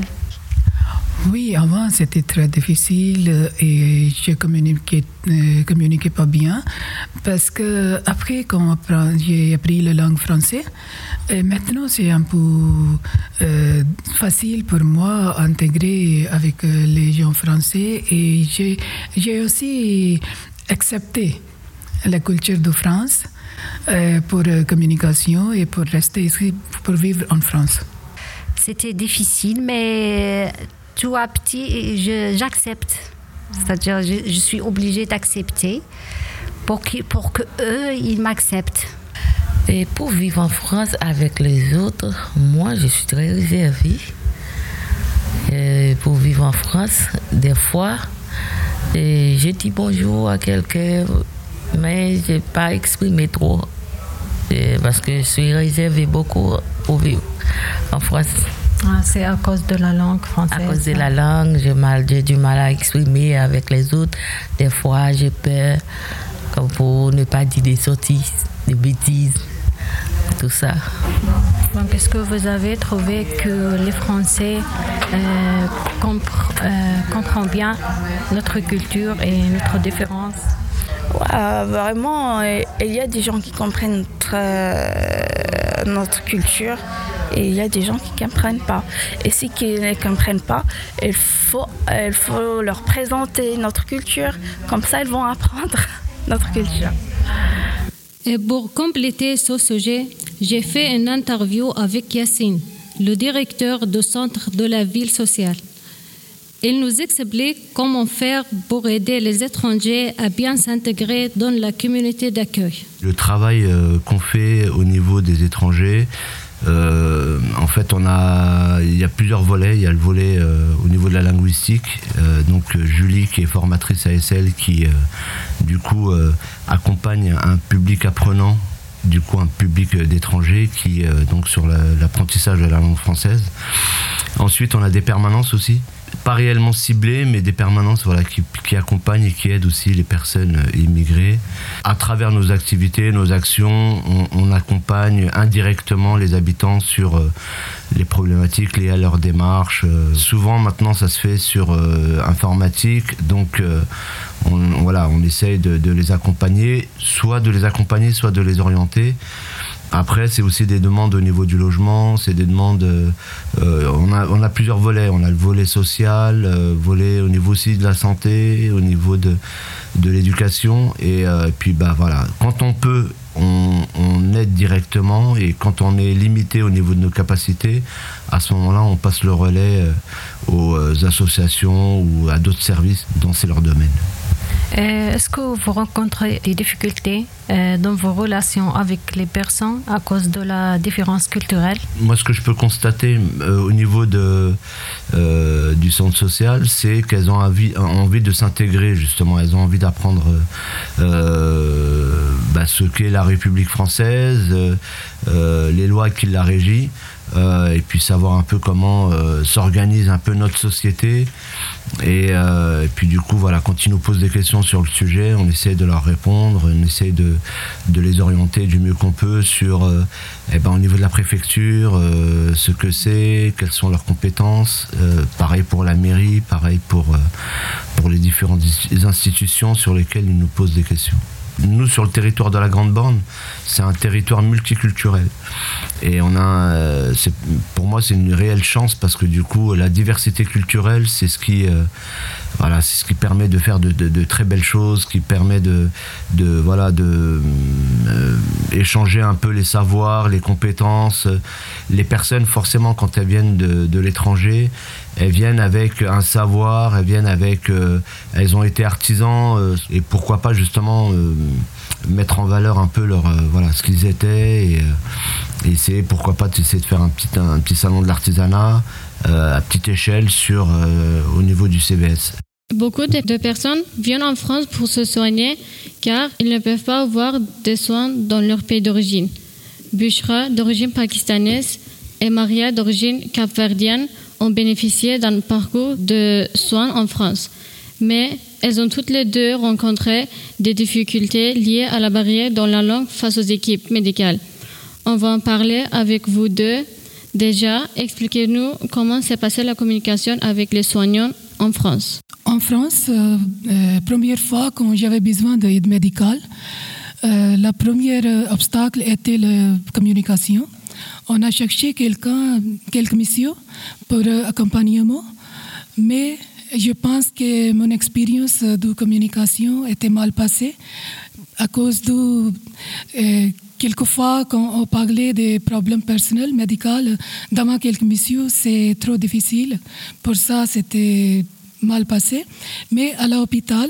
Oui, avant c'était très difficile et je communiquais, euh, communiquais pas bien, parce que après quand apprend, j'ai appris la langue française, et maintenant c'est un peu euh, facile pour moi d'intégrer avec les gens français, et j'ai, j'ai aussi accepté la culture de France euh, pour euh, communication et pour rester ici, pour vivre en France. C'était difficile, mais tout à petit, je, j'accepte. C'est-à-dire, je, je suis obligée d'accepter pour, qu', pour que eux, ils m'acceptent. Et pour vivre en France avec les autres, moi, je suis très réservée. Et pour vivre en France, des fois, et je dis bonjour à quelqu'un, mais je n'ai pas exprimé trop, et parce que je suis réservée beaucoup pour vivre en France. Ah, c'est à cause de la langue française. À cause de la langue, j'ai, mal, j'ai du mal à exprimer avec les autres. Des fois, j'ai peur, comme pour ne pas dire des sottises, des bêtises, tout ça. Donc, est-ce que vous avez trouvé que les Français euh, compre, euh, comprennent bien notre culture et notre différence? Ouais, vraiment, il y a des gens qui comprennent très, notre culture et il y a des gens qui ne comprennent pas. Et ceux qui ne comprennent pas, il faut, il faut leur présenter notre culture, comme ça ils vont apprendre notre culture. Et pour compléter ce sujet, j'ai fait une interview avec Yacine, le directeur du centre de la ville sociale. Il nous explique comment faire pour aider les étrangers à bien s'intégrer dans la communauté d'accueil. Le travail euh, qu'on fait au niveau des étrangers, Euh, en fait, on a, il y a plusieurs volets. Il y a le volet euh, au niveau de la linguistique. Euh, donc Julie, qui est formatrice A S L, qui euh, du coup euh, accompagne un public apprenant, du coup un public d'étrangers, qui euh, donc sur la, l'apprentissage de la langue française. Ensuite, on a des permanences aussi, pas réellement ciblées, mais des permanences voilà, qui, qui accompagnent et qui aident aussi les personnes immigrées. À travers nos activités, nos actions, on, on accompagne indirectement les habitants sur euh, les problématiques liées à leur démarche. Euh, souvent, maintenant, ça se fait sur euh, informatique, donc euh, on, voilà, on essaye de, de les accompagner, soit de les accompagner, soit de les orienter. Après, c'est aussi des demandes au niveau du logement, c'est des demandes... Euh, on, a, on a plusieurs volets. On a le volet social, euh, volet au niveau aussi de la santé, au niveau de, de l'éducation. Et, euh, et puis, bah, voilà, quand on peut, on, on aide directement. Et quand on est limité au niveau de nos capacités, à ce moment-là, on passe le relais euh, aux associations ou à d'autres services dont c'est leur domaine. Est-ce que vous rencontrez des difficultés euh, dans vos relations avec les personnes à cause de la différence culturelle? Moi, ce que je peux constater euh, au niveau de, euh, du centre social, c'est qu'elles ont envie, envie de s'intégrer, justement. Elles ont envie d'apprendre euh, bah, ce qu'est la République française, euh, les lois qui la régissent. Euh, et puis savoir un peu comment euh, s'organise un peu notre société et, euh, et puis du coup voilà, quand ils nous posent des questions sur le sujet, on essaie de leur répondre, on essaie de, de les orienter du mieux qu'on peut sur euh, eh ben, au niveau de la préfecture, euh, ce que c'est, quelles sont leurs compétences, euh, pareil pour la mairie, pareil pour, euh, pour les différentes institutions sur lesquelles ils nous posent des questions. Nous, sur le territoire de la Grande Borne, c'est un territoire multiculturel. Et on a, euh, c'est, pour moi, c'est une réelle chance parce que du coup, la diversité culturelle, c'est ce qui, euh, voilà, c'est ce qui permet de faire de, de, de très belles choses, qui permet de, de voilà, de euh, échanger un peu les savoirs, les compétences. Les personnes, forcément, quand elles viennent de, de l'étranger, elles viennent avec un savoir, elles viennent avec, euh, elles ont été artisans euh, et pourquoi pas justement euh, mettre en valeur un peu leur, euh, voilà, ce qu'ils étaient et, euh, et essayer, pourquoi pas, d'essayer de faire un petit, un, un petit salon de l'artisanat euh, à petite échelle sur, euh, au niveau du C V S. Beaucoup de personnes viennent en France pour se soigner car ils ne peuvent pas avoir des soins dans leur pays d'origine. Bushra, d'origine pakistanaise, et Maria, d'origine capverdienne, ont bénéficié d'un parcours de soins en France. Mais elles ont toutes les deux rencontré des difficultés liées à la barrière dans la langue face aux équipes médicales. On va en parler avec vous deux. Déjà, expliquez-nous comment s'est passée la communication avec les soignants en France. En France, euh, euh, première fois quand j'avais besoin d'aide médicale, euh, la première obstacle était la communication. On a cherché quelqu'un, quelques missions pour euh, accompagnement, mais je pense que mon expérience de communication était mal passée à cause de euh, quelquefois quand on parlait des problèmes personnels médicaux dans quelques missions, c'est trop difficile. Pour ça, c'était mal passé. Mais à l'hôpital,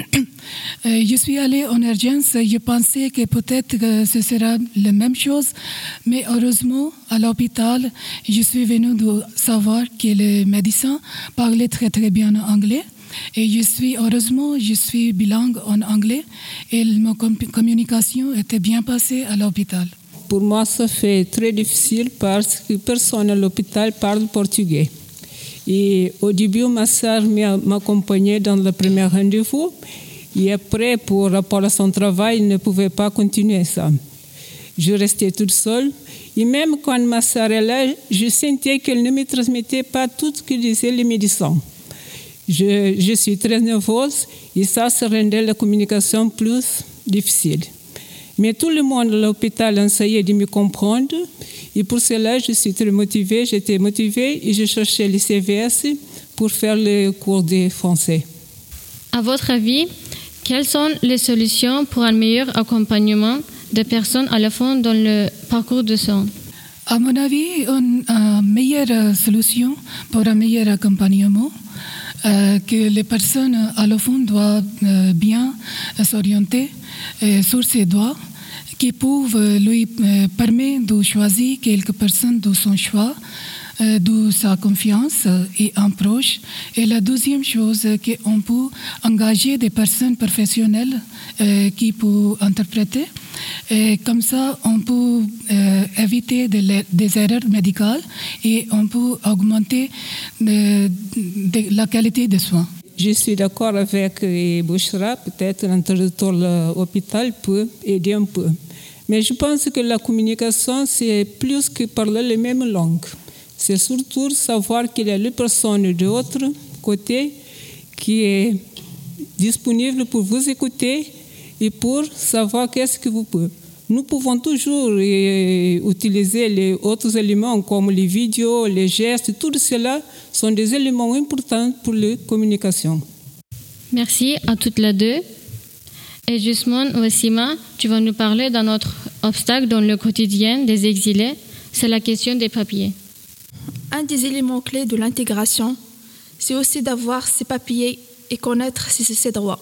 je suis allée en urgence, je pensais que peut-être que ce sera la même chose, mais heureusement, à l'hôpital, je suis venue de savoir que les médecins parlaient très très bien anglais. Et je suis, heureusement, je suis bilingue en anglais et ma communication était bien passée à l'hôpital. Pour moi, ça fait très difficile parce que personne à l'hôpital parle portugais. Et au début, ma sœur m'accompagnait dans le premier rendez-vous. Et après, pour rapport à son travail, il ne pouvait pas continuer ça. Je restais toute seule. Et même quand ma sœur est là, je sentais qu'elle ne me transmettait pas tout ce que disaient les médecins. Je, je suis très nerveuse et ça, ça rendait la communication plus difficile. Mais tout le monde à l'hôpital essayait de me comprendre. Et pour cela, je suis très motivée. J'étais motivée et je cherchais les C V S pour faire le cours de français. À votre avis, quelles sont les solutions pour un meilleur accompagnement des personnes à la fin dans le parcours de soins? À mon avis, une euh, meilleure solution pour un meilleur accompagnement, euh, que les personnes à la fin doivent euh, bien s'orienter euh, sur ses droits, qui peuvent lui permettre de choisir quelques personnes de son choix, de sa confiance et un proche. Et la deuxième chose, qu'on peut engager des personnes professionnelles euh, qui peuvent interpréter. Et comme ça, on peut euh, éviter de, des erreurs médicales et on peut augmenter de, de la qualité des soins. Je suis d'accord avec Bouchra, peut-être l'interlocuteur de l'hôpital peut aider un peu. Mais je pense que la communication, c'est plus que parler les mêmes langues. C'est surtout savoir qu'il y a les personnes de l'autre côté qui est disponible pour vous écouter et pour savoir qu'est-ce que vous pouvez. Nous pouvons toujours utiliser les autres éléments comme les vidéos, les gestes, tout cela sont des éléments importants pour la communication. Merci à toutes les deux. Et justement, Wassima, tu vas nous parler d'un autre obstacle dans le quotidien des exilés, c'est la question des papiers. Un des éléments clés de l'intégration, c'est aussi d'avoir ses papiers et connaître ses droits.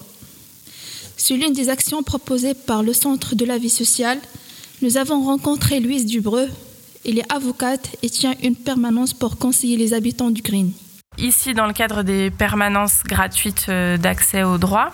C'est l'une des actions proposées par le Centre de la vie sociale. Nous avons rencontré Louise Dubreux. Elle est avocate et tient une permanence pour conseiller les habitants du Grigny. Ici, dans le cadre des permanences gratuites d'accès aux droits,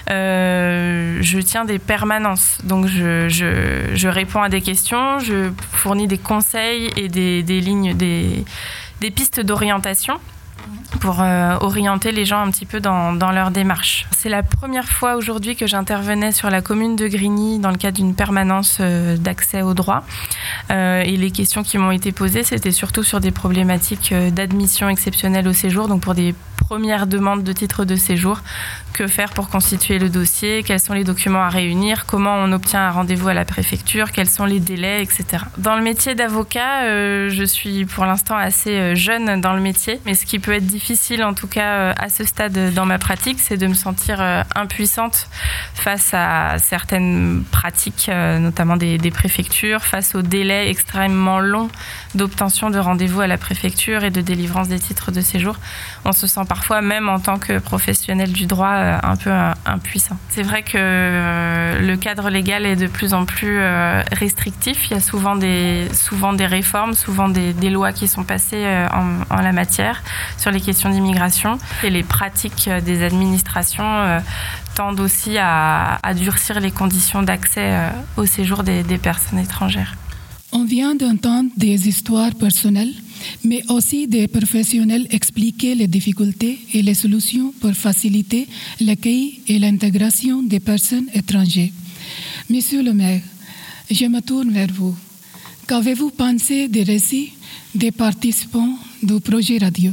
euh, je tiens des permanences. Donc, je, je, je réponds à des questions, je fournis des conseils et des, des lignes, des, des pistes d'orientation pour euh, orienter les gens un petit peu dans, dans leur démarche. C'est la première fois aujourd'hui que j'intervenais sur la commune de Grigny dans le cadre d'une permanence euh, d'accès aux droits. Euh, et les questions qui m'ont été posées, c'était surtout sur des problématiques euh, d'admission exceptionnelle au séjour, donc pour des premières demandes de titre de séjour. Que faire pour constituer le dossier? Quels sont les documents à réunir? Comment on obtient un rendez-vous à la préfecture? Quels sont les délais, et cetera. Dans le métier d'avocat, euh, je suis pour l'instant assez jeune dans le métier, mais ce qui peut être difficile, en tout cas à ce stade dans ma pratique, c'est de me sentir impuissante face à certaines pratiques, notamment des, des préfectures, face aux délais extrêmement longs d'obtention de rendez-vous à la préfecture et de délivrance des titres de séjour. On se sent parfois, même en tant que professionnel du droit, un peu impuissant. C'est vrai que le cadre légal est de plus en plus restrictif. Il y a souvent des, souvent des réformes, souvent des, des lois qui sont passées en, en la matière sur les questions d'immigration. Et les pratiques des administrations tendent aussi à, à durcir les conditions d'accès au séjour des, des personnes étrangères. On vient d'entendre des histoires personnelles, mais aussi des professionnels expliquer les difficultés et les solutions pour faciliter l'accueil et l'intégration des personnes étrangères. Monsieur le maire, je me tourne vers vous. Qu'avez-vous pensé des récits des participants du projet radio?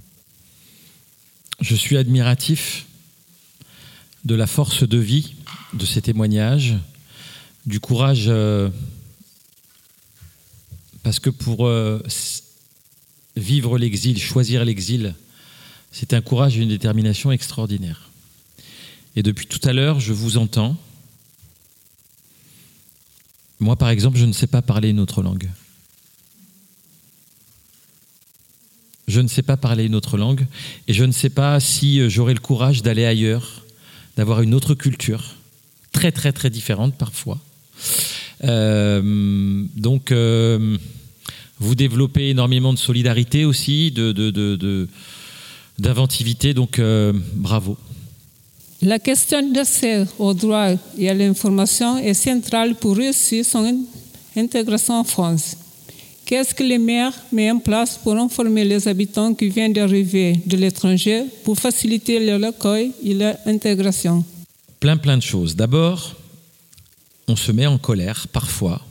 Je suis admiratif de la force de vie de ces témoignages, du courage... Euh, Parce que pour euh, vivre l'exil, choisir l'exil, c'est un courage et une détermination extraordinaire. Et depuis tout à l'heure, je vous entends. Moi, par exemple, je ne sais pas parler une autre langue. Je ne sais pas parler une autre langue et je ne sais pas si j'aurai le courage d'aller ailleurs, d'avoir une autre culture, très très très différente parfois. Euh, donc, euh, vous développez énormément de solidarité aussi, de, de, de, de, d'inventivité, donc euh, bravo. La question d'accès au droit et à l'information est centrale pour réussir son intégration en France. Qu'est-ce que les maires mettent en place pour informer les habitants qui viennent d'arriver de l'étranger pour faciliter leur accueil et leur intégration? Plein, plein de choses. D'abord, on se met en colère, parfois,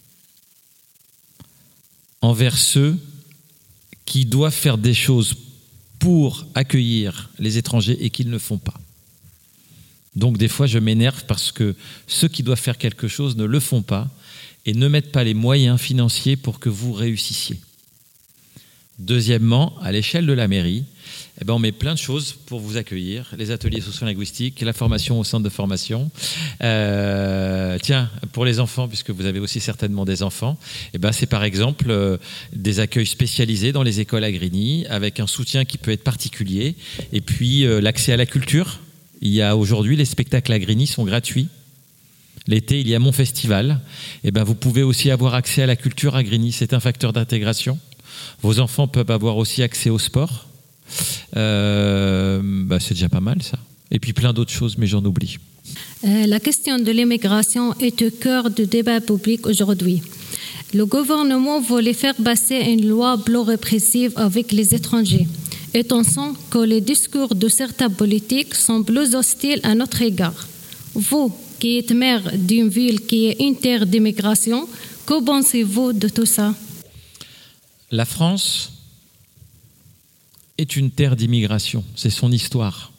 envers ceux qui doivent faire des choses pour accueillir les étrangers et qui ne le font pas. Donc des fois, je m'énerve parce que ceux qui doivent faire quelque chose ne le font pas et ne mettent pas les moyens financiers pour que vous réussissiez. Deuxièmement, à l'échelle de la mairie, eh ben on met plein de choses pour vous accueillir, les ateliers sociolinguistiques, la formation au centre de formation. Euh, tiens, pour les enfants, puisque vous avez aussi certainement des enfants, eh ben c'est par exemple euh, des accueils spécialisés dans les écoles à Grigny, avec un soutien qui peut être particulier, et puis euh, l'accès à la culture. Il y a aujourd'hui, les spectacles à Grigny sont gratuits. L'été, il y a mon festival. Et ben, vous pouvez aussi avoir accès à la culture à Grigny. C'est un facteur d'intégration. Vos enfants peuvent avoir aussi accès au sport. Euh, bah, c'est déjà pas mal, ça. Et puis plein d'autres choses, mais j'en oublie. Euh, la question de l'immigration est au cœur du débat public aujourd'hui. Le gouvernement voulait faire passer une loi plus répressive avec les étrangers. Et on sent que les discours de certains politiques sont plus hostiles à notre égard. Vous, qui êtes maire d'une ville qui est une terre d'immigration, que pensez-vous de tout ça? La France est une terre d'immigration, c'est son histoire.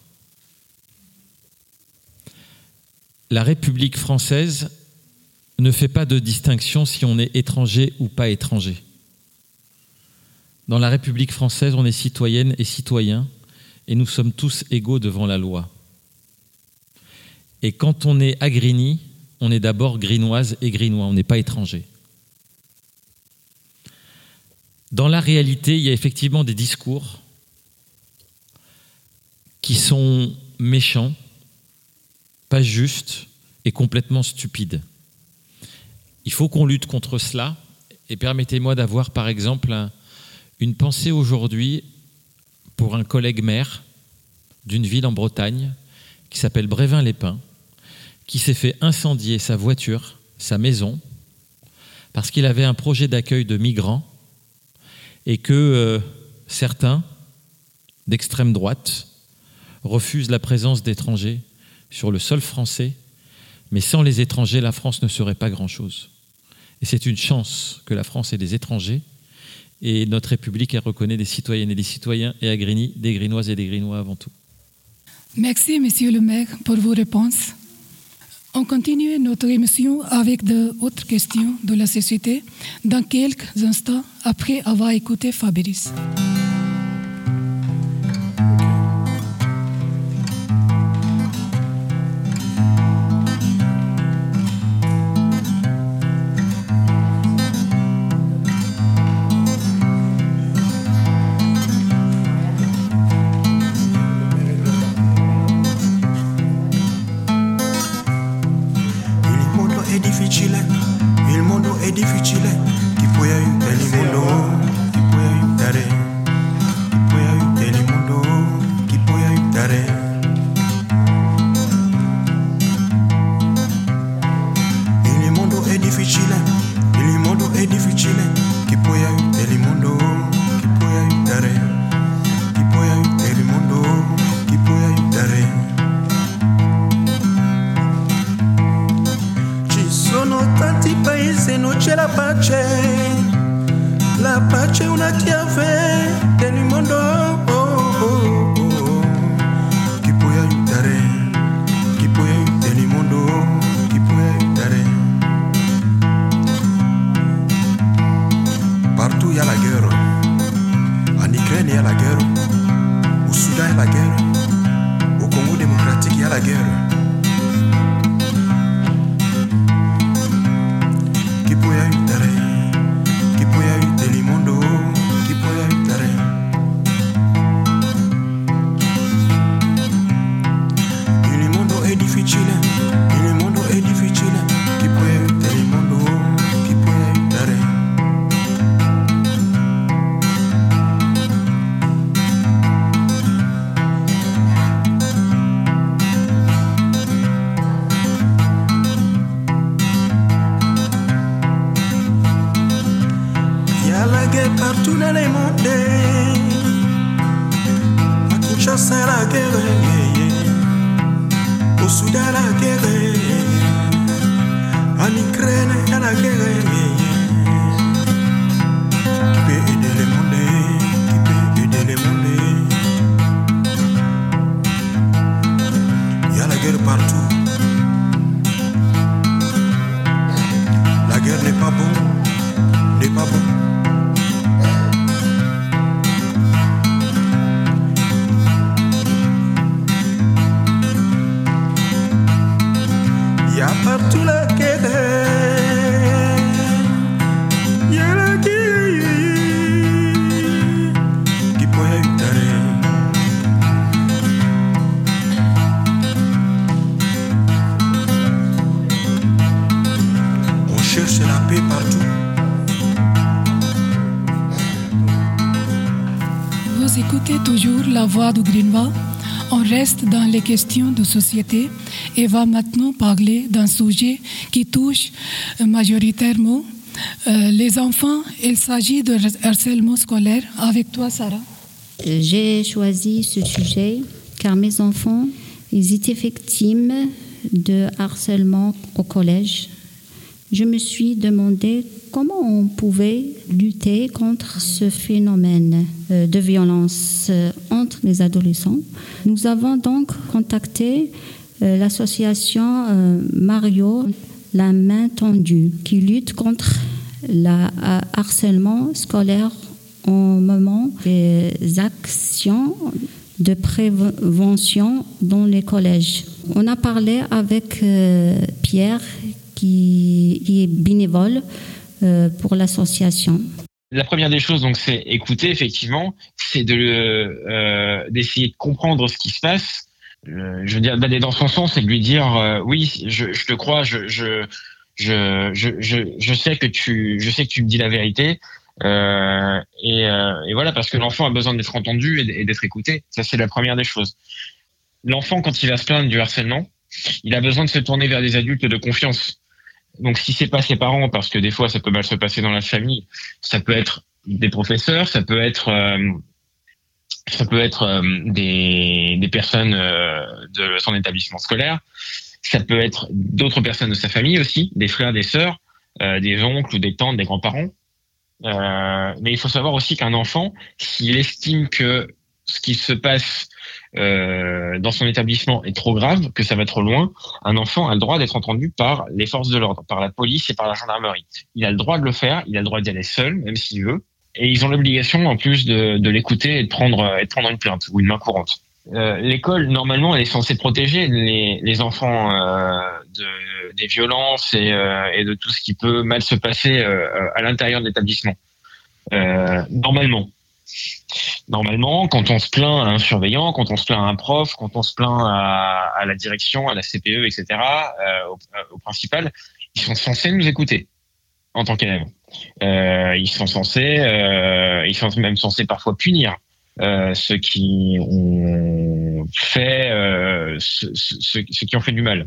La République française ne fait pas de distinction si on est étranger ou pas étranger. Dans la République française, on est citoyenne et citoyen, et nous sommes tous égaux devant la loi. Et quand on est à Grigny, on est d'abord grinoise et grinois, on n'est pas étranger. Dans la réalité, il y a effectivement des discours qui sont méchants, pas justes et complètement stupides. Il faut qu'on lutte contre cela, et permettez-moi d'avoir par exemple un, une pensée aujourd'hui pour un collègue maire d'une ville en Bretagne qui s'appelle Brévin-les-Pins, qui s'est fait incendier sa voiture, sa maison, parce qu'il avait un projet d'accueil de migrants et que euh, certains, d'extrême droite, refusent la présence d'étrangers sur le sol français, mais sans les étrangers, la France ne serait pas grand-chose. Et c'est une chance que la France ait des étrangers, et notre République, elle reconnaît des citoyennes et des citoyens, et à Grigny, des Grinoises et des Grinois avant tout. Merci, Monsieur le maire, pour vos réponses. On continue notre émission avec d'autres questions de la société dans quelques instants après avoir écouté Fabrice. Vous écoutez toujours la voix de Greenwa. On reste dans les questions de société et va maintenant parler d'un sujet qui touche majoritairement euh, les enfants. Il s'agit de harcèlement scolaire. Avec toi, Sarah. J'ai choisi ce sujet car mes enfants, ils étaient victimes de harcèlement au collège. Je me suis demandé comment on pouvait lutter contre ce phénomène de violence entre les adolescents. Nous avons donc contacté l'association Mario, la main tendue, qui lutte contre le harcèlement scolaire en moment des actions de prévention dans les collèges. On a parlé avec euh, Pierre, qui, qui est bénévole euh, pour l'association. La première des choses, donc, c'est écouter, effectivement, c'est de le, euh, d'essayer de comprendre ce qui se passe. Euh, je veux dire, d'aller dans son sens et de lui dire euh, oui, je, je te crois, je, je, je, je, je, je sais que tu, je sais que tu me dis la vérité. Euh, et, euh, et voilà, parce que l'enfant a besoin d'être entendu et, et d'être écouté. Ça, c'est la première des choses. L'enfant, quand il va se plaindre du harcèlement, il a besoin de se tourner vers des adultes de confiance. Donc, si c'est pas ses parents, parce que des fois, ça peut mal se passer dans la famille, ça peut être des professeurs, ça peut être, euh, ça peut être euh, des, des personnes euh, de son établissement scolaire, ça peut être d'autres personnes de sa famille aussi, des frères, des sœurs, euh, des oncles ou des tantes, des grands-parents. Euh, mais il faut savoir aussi qu'un enfant, s'il estime que ce qui se passe euh, dans son établissement est trop grave, que ça va trop loin, un enfant a le droit d'être entendu par les forces de l'ordre, par la police et par la gendarmerie. Il a le droit de le faire, il a le droit d'y aller seul, même s'il veut, et ils ont l'obligation en plus de, de l'écouter et de prendre, et de prendre une plainte ou une main courante. Euh, l'école, normalement, elle est censée protéger les, les enfants euh, de, des violences et, euh, et de tout ce qui peut mal se passer euh, à l'intérieur de l'établissement. Euh, normalement. Normalement, quand on se plaint à un surveillant, quand on se plaint à un prof, quand on se plaint à, à la direction, à la C P E, et cetera, euh, au, au principal, ils sont censés nous écouter en tant qu'élèves. Euh, ils sont censés, euh, ils sont même censés parfois punir euh, ceux qui ont fait, euh, ceux, ceux, ceux qui ont fait du mal.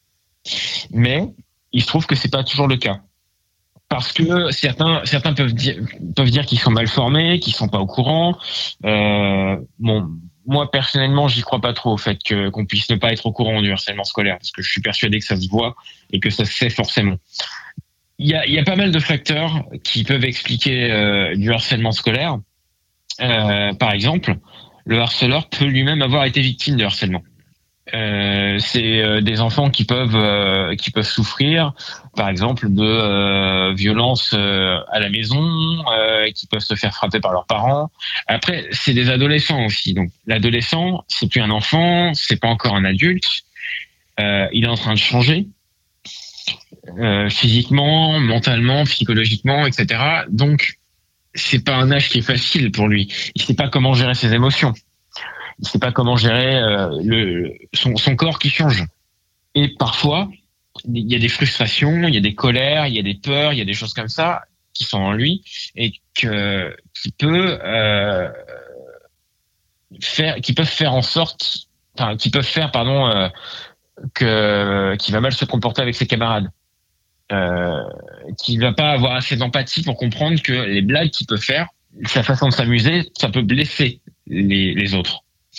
Mais il se trouve que c'est pas toujours le cas. Parce que certains, certains peuvent dire, peuvent dire qu'ils sont mal formés, qu'ils sont pas au courant. Euh, bon, moi personnellement, j'y crois pas trop au fait que qu'on puisse ne pas être au courant du harcèlement scolaire, parce que je suis persuadé que ça se voit et que ça se sait forcément. Il y a, il y a pas mal de facteurs qui peuvent expliquer euh, du harcèlement scolaire. Euh, par exemple, le harceleur peut lui-même avoir été victime de harcèlement. Euh, c'est euh, des enfants qui peuvent euh, qui peuvent souffrir, par exemple, de euh, violences euh, à la maison, euh, qui peuvent se faire frapper par leurs parents. Après, c'est des adolescents aussi. Donc, l'adolescent, c'est plus un enfant, c'est pas encore un adulte. Euh, il est en train de changer euh, physiquement, mentalement, psychologiquement, et cetera. Donc, c'est pas un âge qui est facile pour lui. Il sait pas comment gérer ses émotions. Il sait pas comment gérer euh, le, son, son corps qui change. Et parfois, il y a des frustrations, il y a des colères, il y a des peurs, il y a des choses comme ça qui sont en lui et que qui peut euh, faire, qui peuvent faire en sorte, enfin, qui peuvent faire, pardon, euh, que qu'il va mal se comporter avec ses camarades, euh, qu'il va pas avoir assez d'empathie pour comprendre que les blagues qu'il peut faire, sa façon de s'amuser, ça peut blesser les, les autres.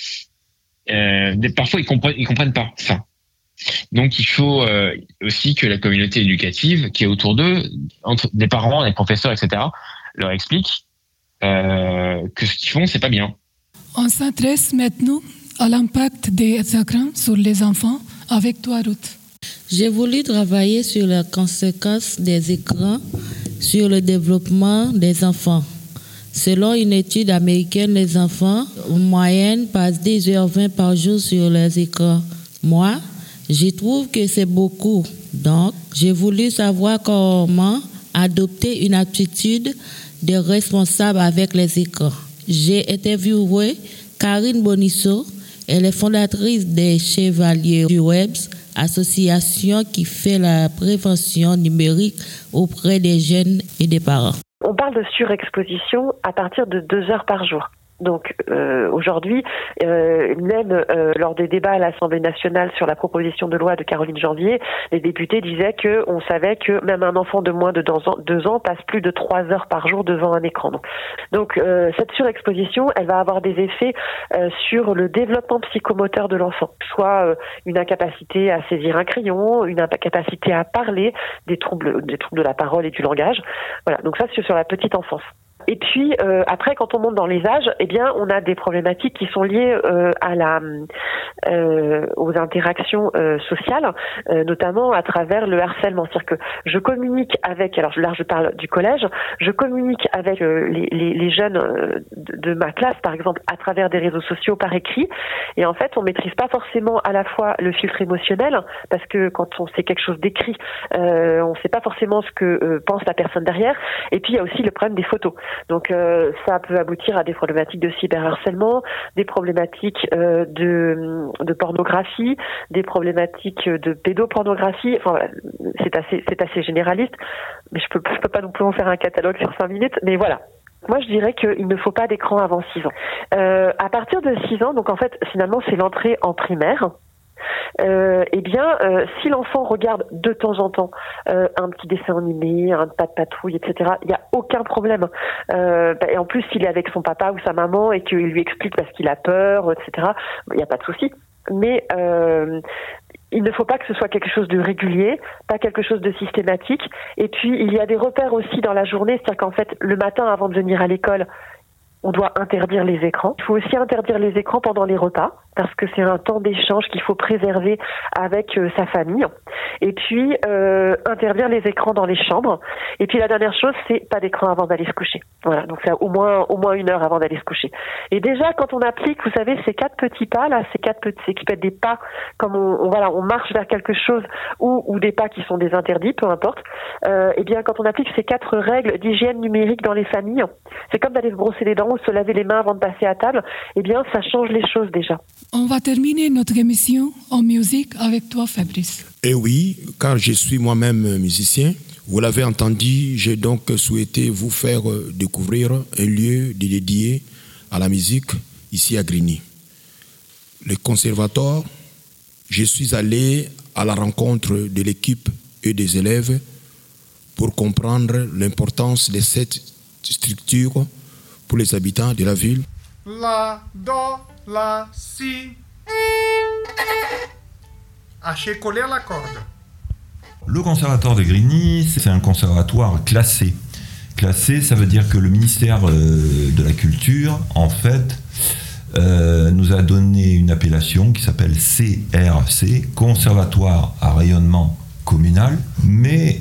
Euh, parfois ils comprennent, ils comprennent pas ça. Donc il faut euh, aussi que la communauté éducative qui est autour d'eux, entre des parents, des professeurs, et cetera, leur explique euh, que ce qu'ils font c'est pas bien. On s'intéresse maintenant à l'impact des écrans sur les enfants. Avec toi, Ruth. J'ai voulu travailler sur les conséquences des écrans sur le développement des enfants. Selon une étude américaine, les enfants, en moyenne, passent dix heures vingt par jour sur les écrans. Moi, je trouve que c'est beaucoup. Donc, j'ai voulu savoir comment adopter une attitude de responsable avec les écrans. J'ai interviewé Karine Bonisso, elle est fondatrice des Chevaliers du Web, association qui fait la prévention numérique auprès des jeunes et des parents. On parle de surexposition à partir de deux heures par jour. Donc euh, aujourd'hui, euh, même euh, lors des débats à l'Assemblée nationale sur la proposition de loi de Caroline Janvier, les députés disaient qu'on savait que même un enfant de moins de deux ans passe plus de trois heures par jour devant un écran. Donc, donc euh, cette surexposition, elle va avoir des effets euh, sur le développement psychomoteur de l'enfant, soit euh, une incapacité à saisir un crayon, une incapacité à parler, des troubles, des troubles de la parole et du langage. Voilà, donc ça c'est sur la petite enfance. Et puis euh, après, quand on monte dans les âges, eh bien, on a des problématiques qui sont liées euh, à la, euh, aux interactions euh, sociales, euh, notamment à travers le harcèlement. C'est-à-dire que je communique avec, alors là je parle du collège, je communique avec euh, les, les, les jeunes de, de ma classe, par exemple, à travers des réseaux sociaux par écrit. Et en fait, on maîtrise pas forcément à la fois le filtre émotionnel, parce que quand on sait quelque chose d'écrit, euh, on sait pas forcément ce que euh, pense la personne derrière. Et puis il y a aussi le problème des photos. Donc euh, ça peut aboutir à des problématiques de cyberharcèlement, des problématiques euh, de, de pornographie, des problématiques de pédopornographie. Enfin voilà, c'est assez c'est assez généraliste, mais je peux je peux pas non plus en faire un catalogue sur cinq minutes. Mais voilà. Moi, je dirais qu'il ne faut pas d'écran avant six ans. Euh, à partir de six ans, donc en fait, finalement, c'est l'entrée en primaire. Euh, eh bien, euh, si l'enfant regarde de temps en temps euh, un petit dessin animé, un pas de patrouille, et cetera, il n'y a aucun problème. Euh, et en plus, s'il est avec son papa ou sa maman et qu'il lui explique parce qu'il a peur, et cetera, il n'y a pas de souci. Mais euh, il ne faut pas que ce soit quelque chose de régulier, pas quelque chose de systématique. Et puis, il y a des repères aussi dans la journée, c'est-à-dire qu'en fait, le matin, avant de venir à l'école, on doit interdire les écrans. Il faut aussi interdire les écrans pendant les repas, parce que c'est un temps d'échange qu'il faut préserver avec euh, sa famille. Et puis, euh, interdire les écrans dans les chambres. Et puis, la dernière chose, c'est pas d'écran avant d'aller se coucher. Voilà, donc c'est au moins au moins une heure avant d'aller se coucher. Et déjà, quand on applique, vous savez, ces quatre petits pas, là, ces quatre petits, qui peuvent être des pas, comme on, on, voilà, on marche vers quelque chose, ou, ou des pas qui sont des interdits, peu importe. Euh, et bien, quand on applique ces quatre règles d'hygiène numérique dans les familles, c'est comme d'aller se brosser les dents ou se laver les mains avant de passer à table. Eh bien, ça change les choses déjà. On va terminer notre émission en musique avec toi, Fabrice. Et oui, car je suis moi-même musicien, vous l'avez entendu, j'ai donc souhaité vous faire découvrir un lieu dédié à la musique ici à Grigny. Le conservatoire, je suis allé à la rencontre de l'équipe et des élèves pour comprendre l'importance de cette structure pour les habitants de la ville. La, do, la, si. Achei coller la corde. Le conservatoire de Grigny, c'est un conservatoire classé. Classé, ça veut dire que le ministère de la Culture, en fait, euh, nous a donné une appellation qui s'appelle C R C, Conservatoire à rayonnement communal. Mais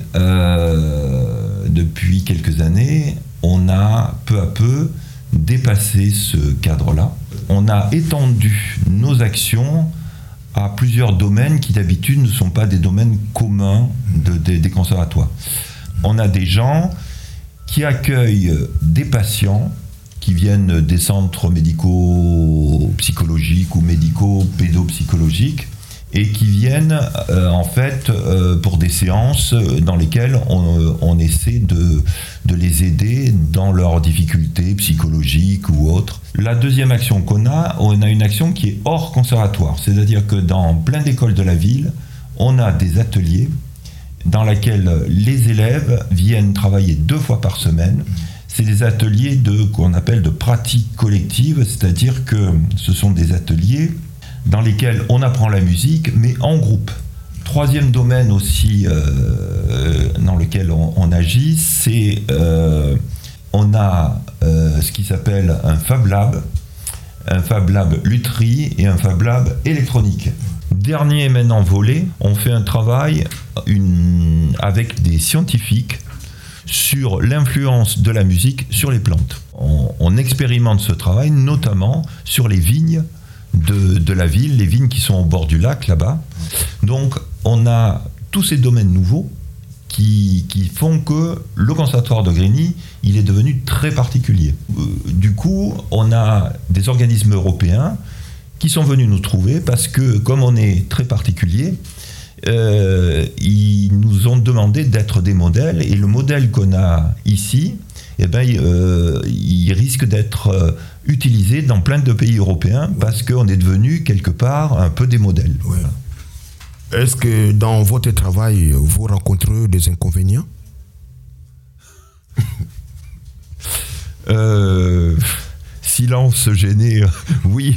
euh, depuis quelques années, on a peu à peu dépassé ce cadre-là. On a étendu nos actions à plusieurs domaines qui d'habitude ne sont pas des domaines communs de, de, des conservatoires. On a des gens qui accueillent des patients qui viennent des centres médico-psychologiques ou médico-pédopsychologiques et qui viennent euh, en fait euh, pour des séances dans lesquelles on, on essaie de, de les aider dans leurs difficultés psychologiques ou autres. La deuxième action qu'on a, on a une action qui est hors conservatoire, c'est-à-dire que dans plein d'écoles de la ville, on a des ateliers dans lesquels les élèves viennent travailler deux fois par semaine. C'est des ateliers de, qu'on appelle de pratique collective, c'est-à-dire que ce sont des ateliers dans lesquels on apprend la musique, mais en groupe. Troisième domaine aussi euh, dans lequel on, on agit, c'est euh, on a euh, ce qui s'appelle un Fab Lab, un Fab Lab lutherie et un Fab Lab électronique. Dernier maintenant volet, on fait un travail une, avec des scientifiques sur l'influence de la musique sur les plantes. On, on expérimente ce travail notamment sur les vignes De, de la ville, les vignes qui sont au bord du lac là-bas. Donc on a tous ces domaines nouveaux qui, qui font que le conservatoire de Grigny, il est devenu très particulier. Euh, du coup, on a des organismes européens qui sont venus nous trouver parce que comme on est très particulier, euh, ils nous ont demandé d'être des modèles et le modèle qu'on a ici, eh ben, euh, il risque d'être euh, utilisé dans plein de pays européens parce qu'on est devenu quelque part un peu des modèles. Ouais. Voilà. Est-ce que dans votre travail, vous rencontrez des inconvénients? euh, Silence gêné, oui.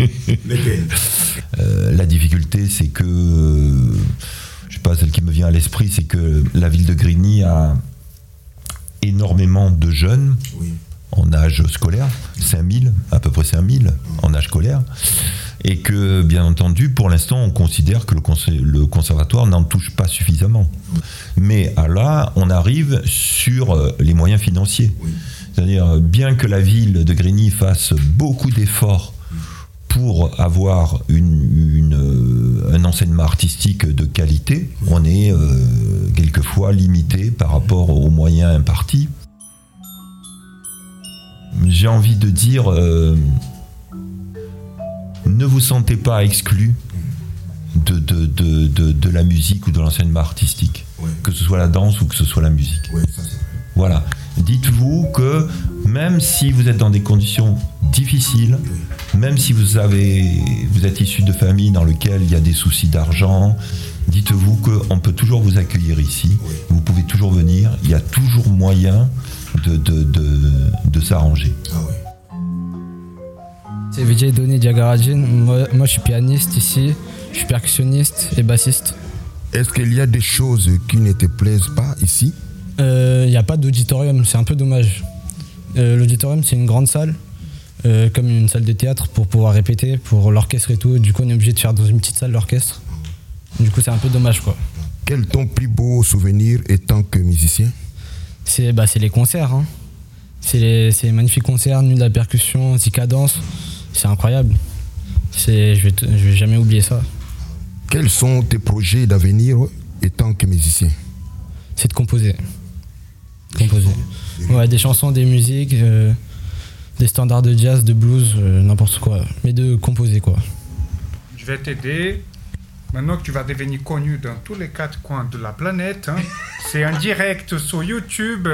euh, la difficulté, c'est que, euh, je sais pas, celle qui me vient à l'esprit, c'est que la ville de Grigny a énormément de jeunes oui. en âge scolaire, cinq mille, à peu près cinq mille en âge scolaire, et que, bien entendu, pour l'instant, on considère que le, cons- le conservatoire n'en touche pas suffisamment. Mais à là, on arrive sur les moyens financiers. Oui. C'est-à-dire, bien que la ville de Grigny fasse beaucoup d'efforts pour avoir une, une, un enseignement artistique de qualité, on est euh, quelquefois limité par rapport aux moyens impartis. J'ai envie de dire, euh, ne vous sentez pas exclu de, de, de, de, de la musique ou de l'enseignement artistique, ouais. que ce soit la danse ou que ce soit la musique. Ouais, ça c'est vrai. Voilà. Dites-vous que même si vous êtes dans des conditions difficiles, même si vous, avez, vous êtes issu de familles dans lesquelles il y a des soucis d'argent, dites-vous qu'on peut toujours vous accueillir ici, vous pouvez toujours venir, il y a toujours moyen de, de, de, de s'arranger. Ah oui. C'est Vijay Doni Diagarajin, moi, moi je suis pianiste ici, je suis percussionniste et bassiste. Est-ce qu'il y a des choses qui ne te plaisent pas ici? Il euh, n'y a pas d'auditorium, c'est un peu dommage. Euh, l'auditorium, c'est une grande salle, euh, comme une salle de théâtre pour pouvoir répéter, pour l'orchestre et tout. Du coup, on est obligé de faire dans une petite salle l'orchestre. Du coup, c'est un peu dommage, quoi. Quel est ton plus beau souvenir étant que musicien? C'est, bah, c'est les concerts. Hein. C'est, les, c'est les magnifiques concerts, Nuit de la percussion, Zika Danse. C'est incroyable. C'est, je vais, t- je vais jamais oublier ça. Quels sont tes projets d'avenir étant que musicien? C'est de composer. Composer. Ouais, des chansons, des musiques, euh, des standards de jazz, de blues, euh, n'importe quoi. Mais de composer, quoi. Je vais t'aider. Maintenant que tu vas devenir connu dans tous les quatre coins de la planète, hein, c'est en direct sur YouTube,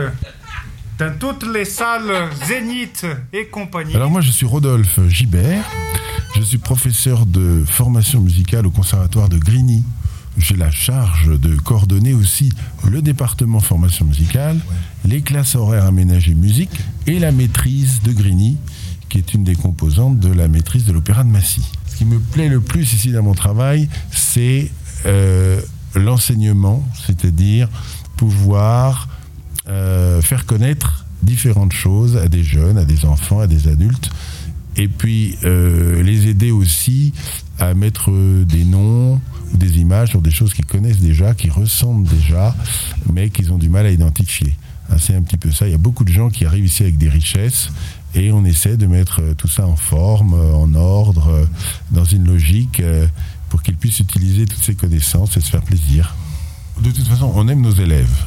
dans toutes les salles Zénith et compagnie. Alors moi, je suis Rodolphe Gibert. Je suis professeur de formation musicale au Conservatoire de Grigny. J'ai la charge de coordonner aussi le département formation musicale, les classes horaires aménagées musique et la maîtrise de Grigny, qui est une des composantes de la maîtrise de l'Opéra de Massy. Ce qui me plaît le plus ici dans mon travail, c'est euh, l'enseignement, c'est-à-dire pouvoir euh, faire connaître différentes choses à des jeunes, à des enfants, à des adultes, et puis euh, les aider aussi à mettre des noms ou des images sur des choses qu'ils connaissent déjà, qui ressemblent déjà, mais qu'ils ont du mal à identifier. C'est un petit peu ça. Il y a beaucoup de gens qui arrivent ici avec des richesses et on essaie de mettre tout ça en forme, en ordre, dans une logique pour qu'ils puissent utiliser toutes ces connaissances et se faire plaisir. De toute façon, on aime nos élèves.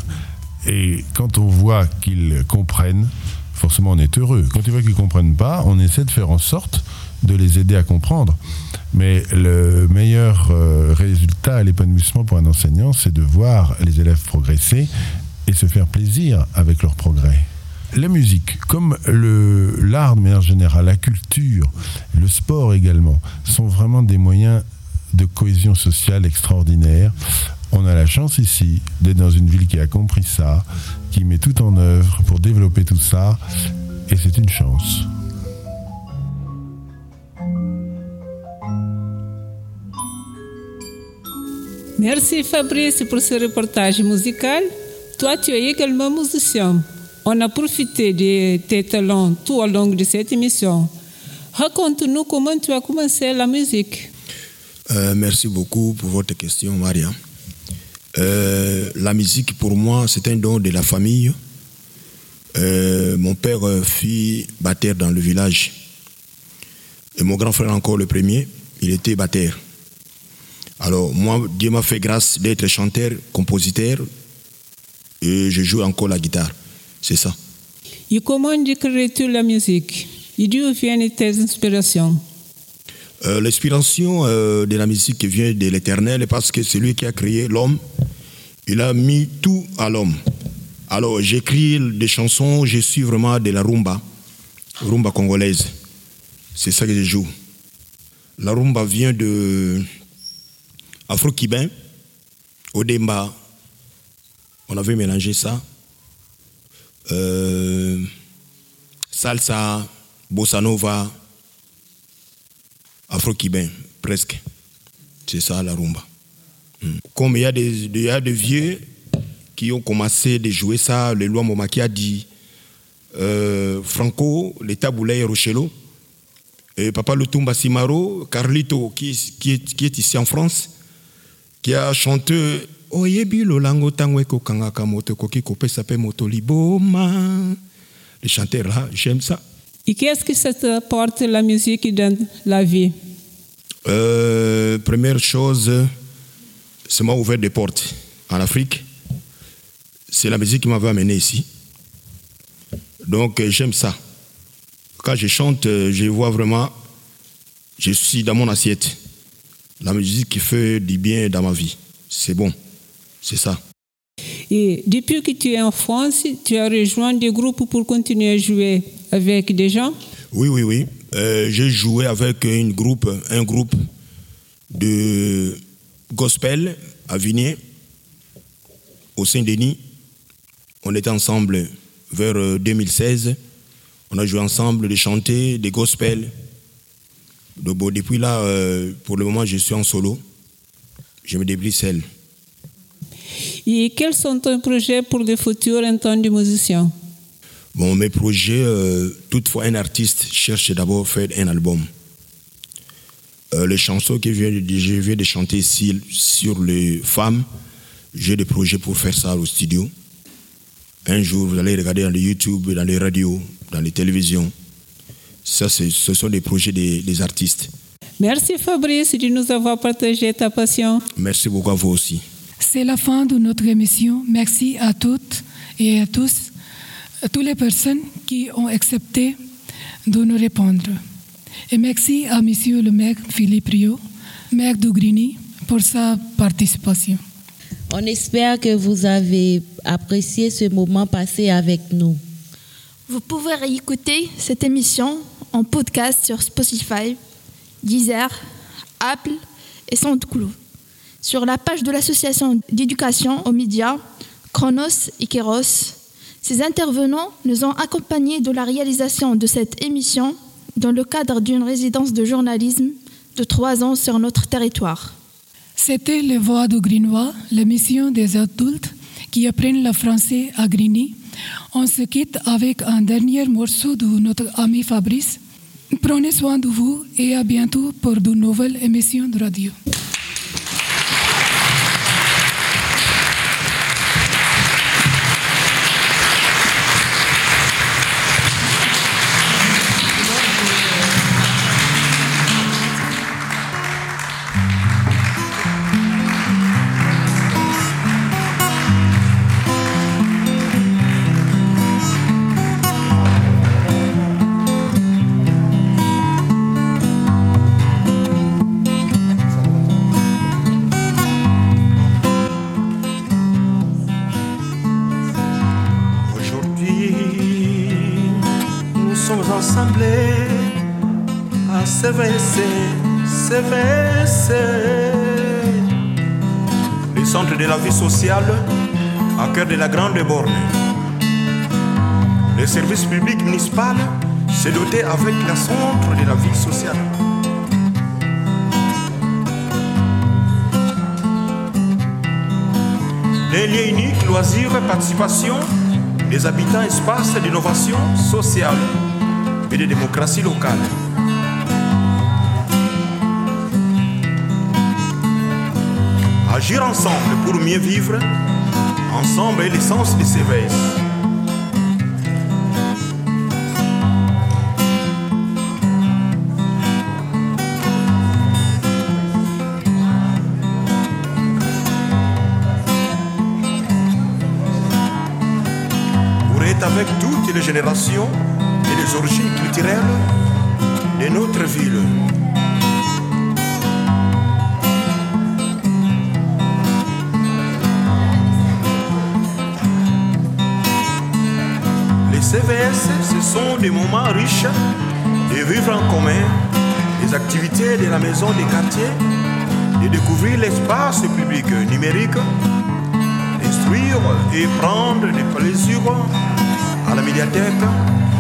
Et quand on voit qu'ils comprennent, forcément on est heureux. Quand on voit qu'ils ne comprennent pas, on essaie de faire en sorte de les aider à comprendre. Mais le meilleur euh, résultat à l'épanouissement pour un enseignant, c'est de voir les élèves progresser et se faire plaisir avec leur progrès. La musique, comme le, l'art de manière générale, la culture, le sport également, sont vraiment des moyens de cohésion sociale extraordinaires. On a la chance ici d'être dans une ville qui a compris ça, qui met tout en œuvre pour développer tout ça, et c'est une chance. Merci Fabrice pour ce reportage musical. Toi, tu es également musicien. On a profité de tes talents tout au long de cette émission. Raconte-nous comment tu as commencé la musique. Euh, merci beaucoup pour votre question, Maria. Euh, la musique, pour moi, c'est un don de la famille. Euh, mon père fut batteur dans le village. Et mon grand frère, encore le premier, il était batteur. Alors, moi, Dieu m'a fait grâce d'être chanteur, compositeur, et je joue encore la guitare. C'est ça. Et comment décris-tu la musique? Et d'où viennent tes inspirations? euh, L'inspiration euh, de la musique vient de l'Éternel parce que c'est lui qui a créé l'homme. Il a mis tout à l'homme. Alors, j'écris des chansons, je suis vraiment de la rumba, rumba congolaise. C'est ça que je joue. La rumba vient de afro-cubain, Odemba. On avait mélangé ça. Euh, salsa, bossa nova, afro-cubain, presque. C'est ça la rumba. Comme il y a des, il y a des vieux qui ont commencé de jouer ça, le Loi Momaki a dit, euh, Franco, le Taboulay Rochelo, et Papa Lutumba Simaro, Carlito, qui, qui, est, qui est ici en France, qui a chanté Oyebi Lolango Tangweko Kangaka Moto Koki Kope Sape Moto Liboma. Les chanteurs là, j'aime ça. Et qu'est-ce que ça t'apporte la musique dans la vie? euh, Première chose, ça m'a ouvert des portes en Afrique. C'est la musique qui m'avait amené ici. Donc j'aime ça. Quand je chante, je vois vraiment, je suis dans mon assiette. La musique qui fait du bien dans ma vie. C'est bon, c'est ça. Et depuis que tu es en France, tu as rejoint des groupes pour continuer à jouer avec des gens? Oui, oui, oui. Euh, j'ai joué avec une groupe, un groupe de gospel à Vigné, au Saint-Denis. On était ensemble vers deux mille seize. On a joué ensemble, de chanter, des gospels. Donc, bon, depuis là, euh, pour le moment, je suis en solo. Je me débrouille seul. Et quels sont tes projets pour le futur en tant que musicien? Bon, mes projets, euh, toutefois, un artiste cherche d'abord à faire un album. Euh, les chansons que je viens de, je viens de chanter ici sur les femmes, j'ai des projets pour faire ça au studio. Un jour, vous allez regarder dans les YouTube, dans les radios, dans les télévisions. Ça, ce sont des projets des, des artistes. Merci Fabrice de nous avoir partagé ta passion. Merci beaucoup à vous aussi. C'est la fin de notre émission. Merci à toutes et à tous, à toutes les personnes qui ont accepté de nous répondre. Et merci à Monsieur le maire Philippe Rio, maire de Grigny, pour sa participation. On espère que vous avez apprécié ce moment passé avec nous. Vous pouvez réécouter cette émission en podcast sur Spotify, Deezer, Apple et SoundCloud. Sur la page de l'association d'éducation aux médias, Chronos et Kéros, ces intervenants nous ont accompagnés de la réalisation de cette émission dans le cadre d'une résidence de journalisme de trois ans sur notre territoire. C'était Les Voix de Grignois, l'émission des adultes qui apprennent le français à Grigny. On se quitte avec un dernier morceau de notre ami Fabrice. Prenez soin de vous et à bientôt pour de nouvelles émissions de radio. C V C, C V C, le centre de la vie sociale à cœur de la grande borne. Le service public municipal s'est doté avec le centre de la vie sociale. Les lieux uniques, loisirs, participation des habitants, espaces d'innovation sociale et de démocratie locale. Agir ensemble pour mieux vivre, ensemble est l'essence de C V S. Pour être avec toutes les générations et les origines culturelles de notre ville. Les C V S, ce sont des moments riches de vivre en commun, des activités de la maison des quartiers, de découvrir l'espace public numérique, d'instruire et prendre des plaisirs à la médiathèque,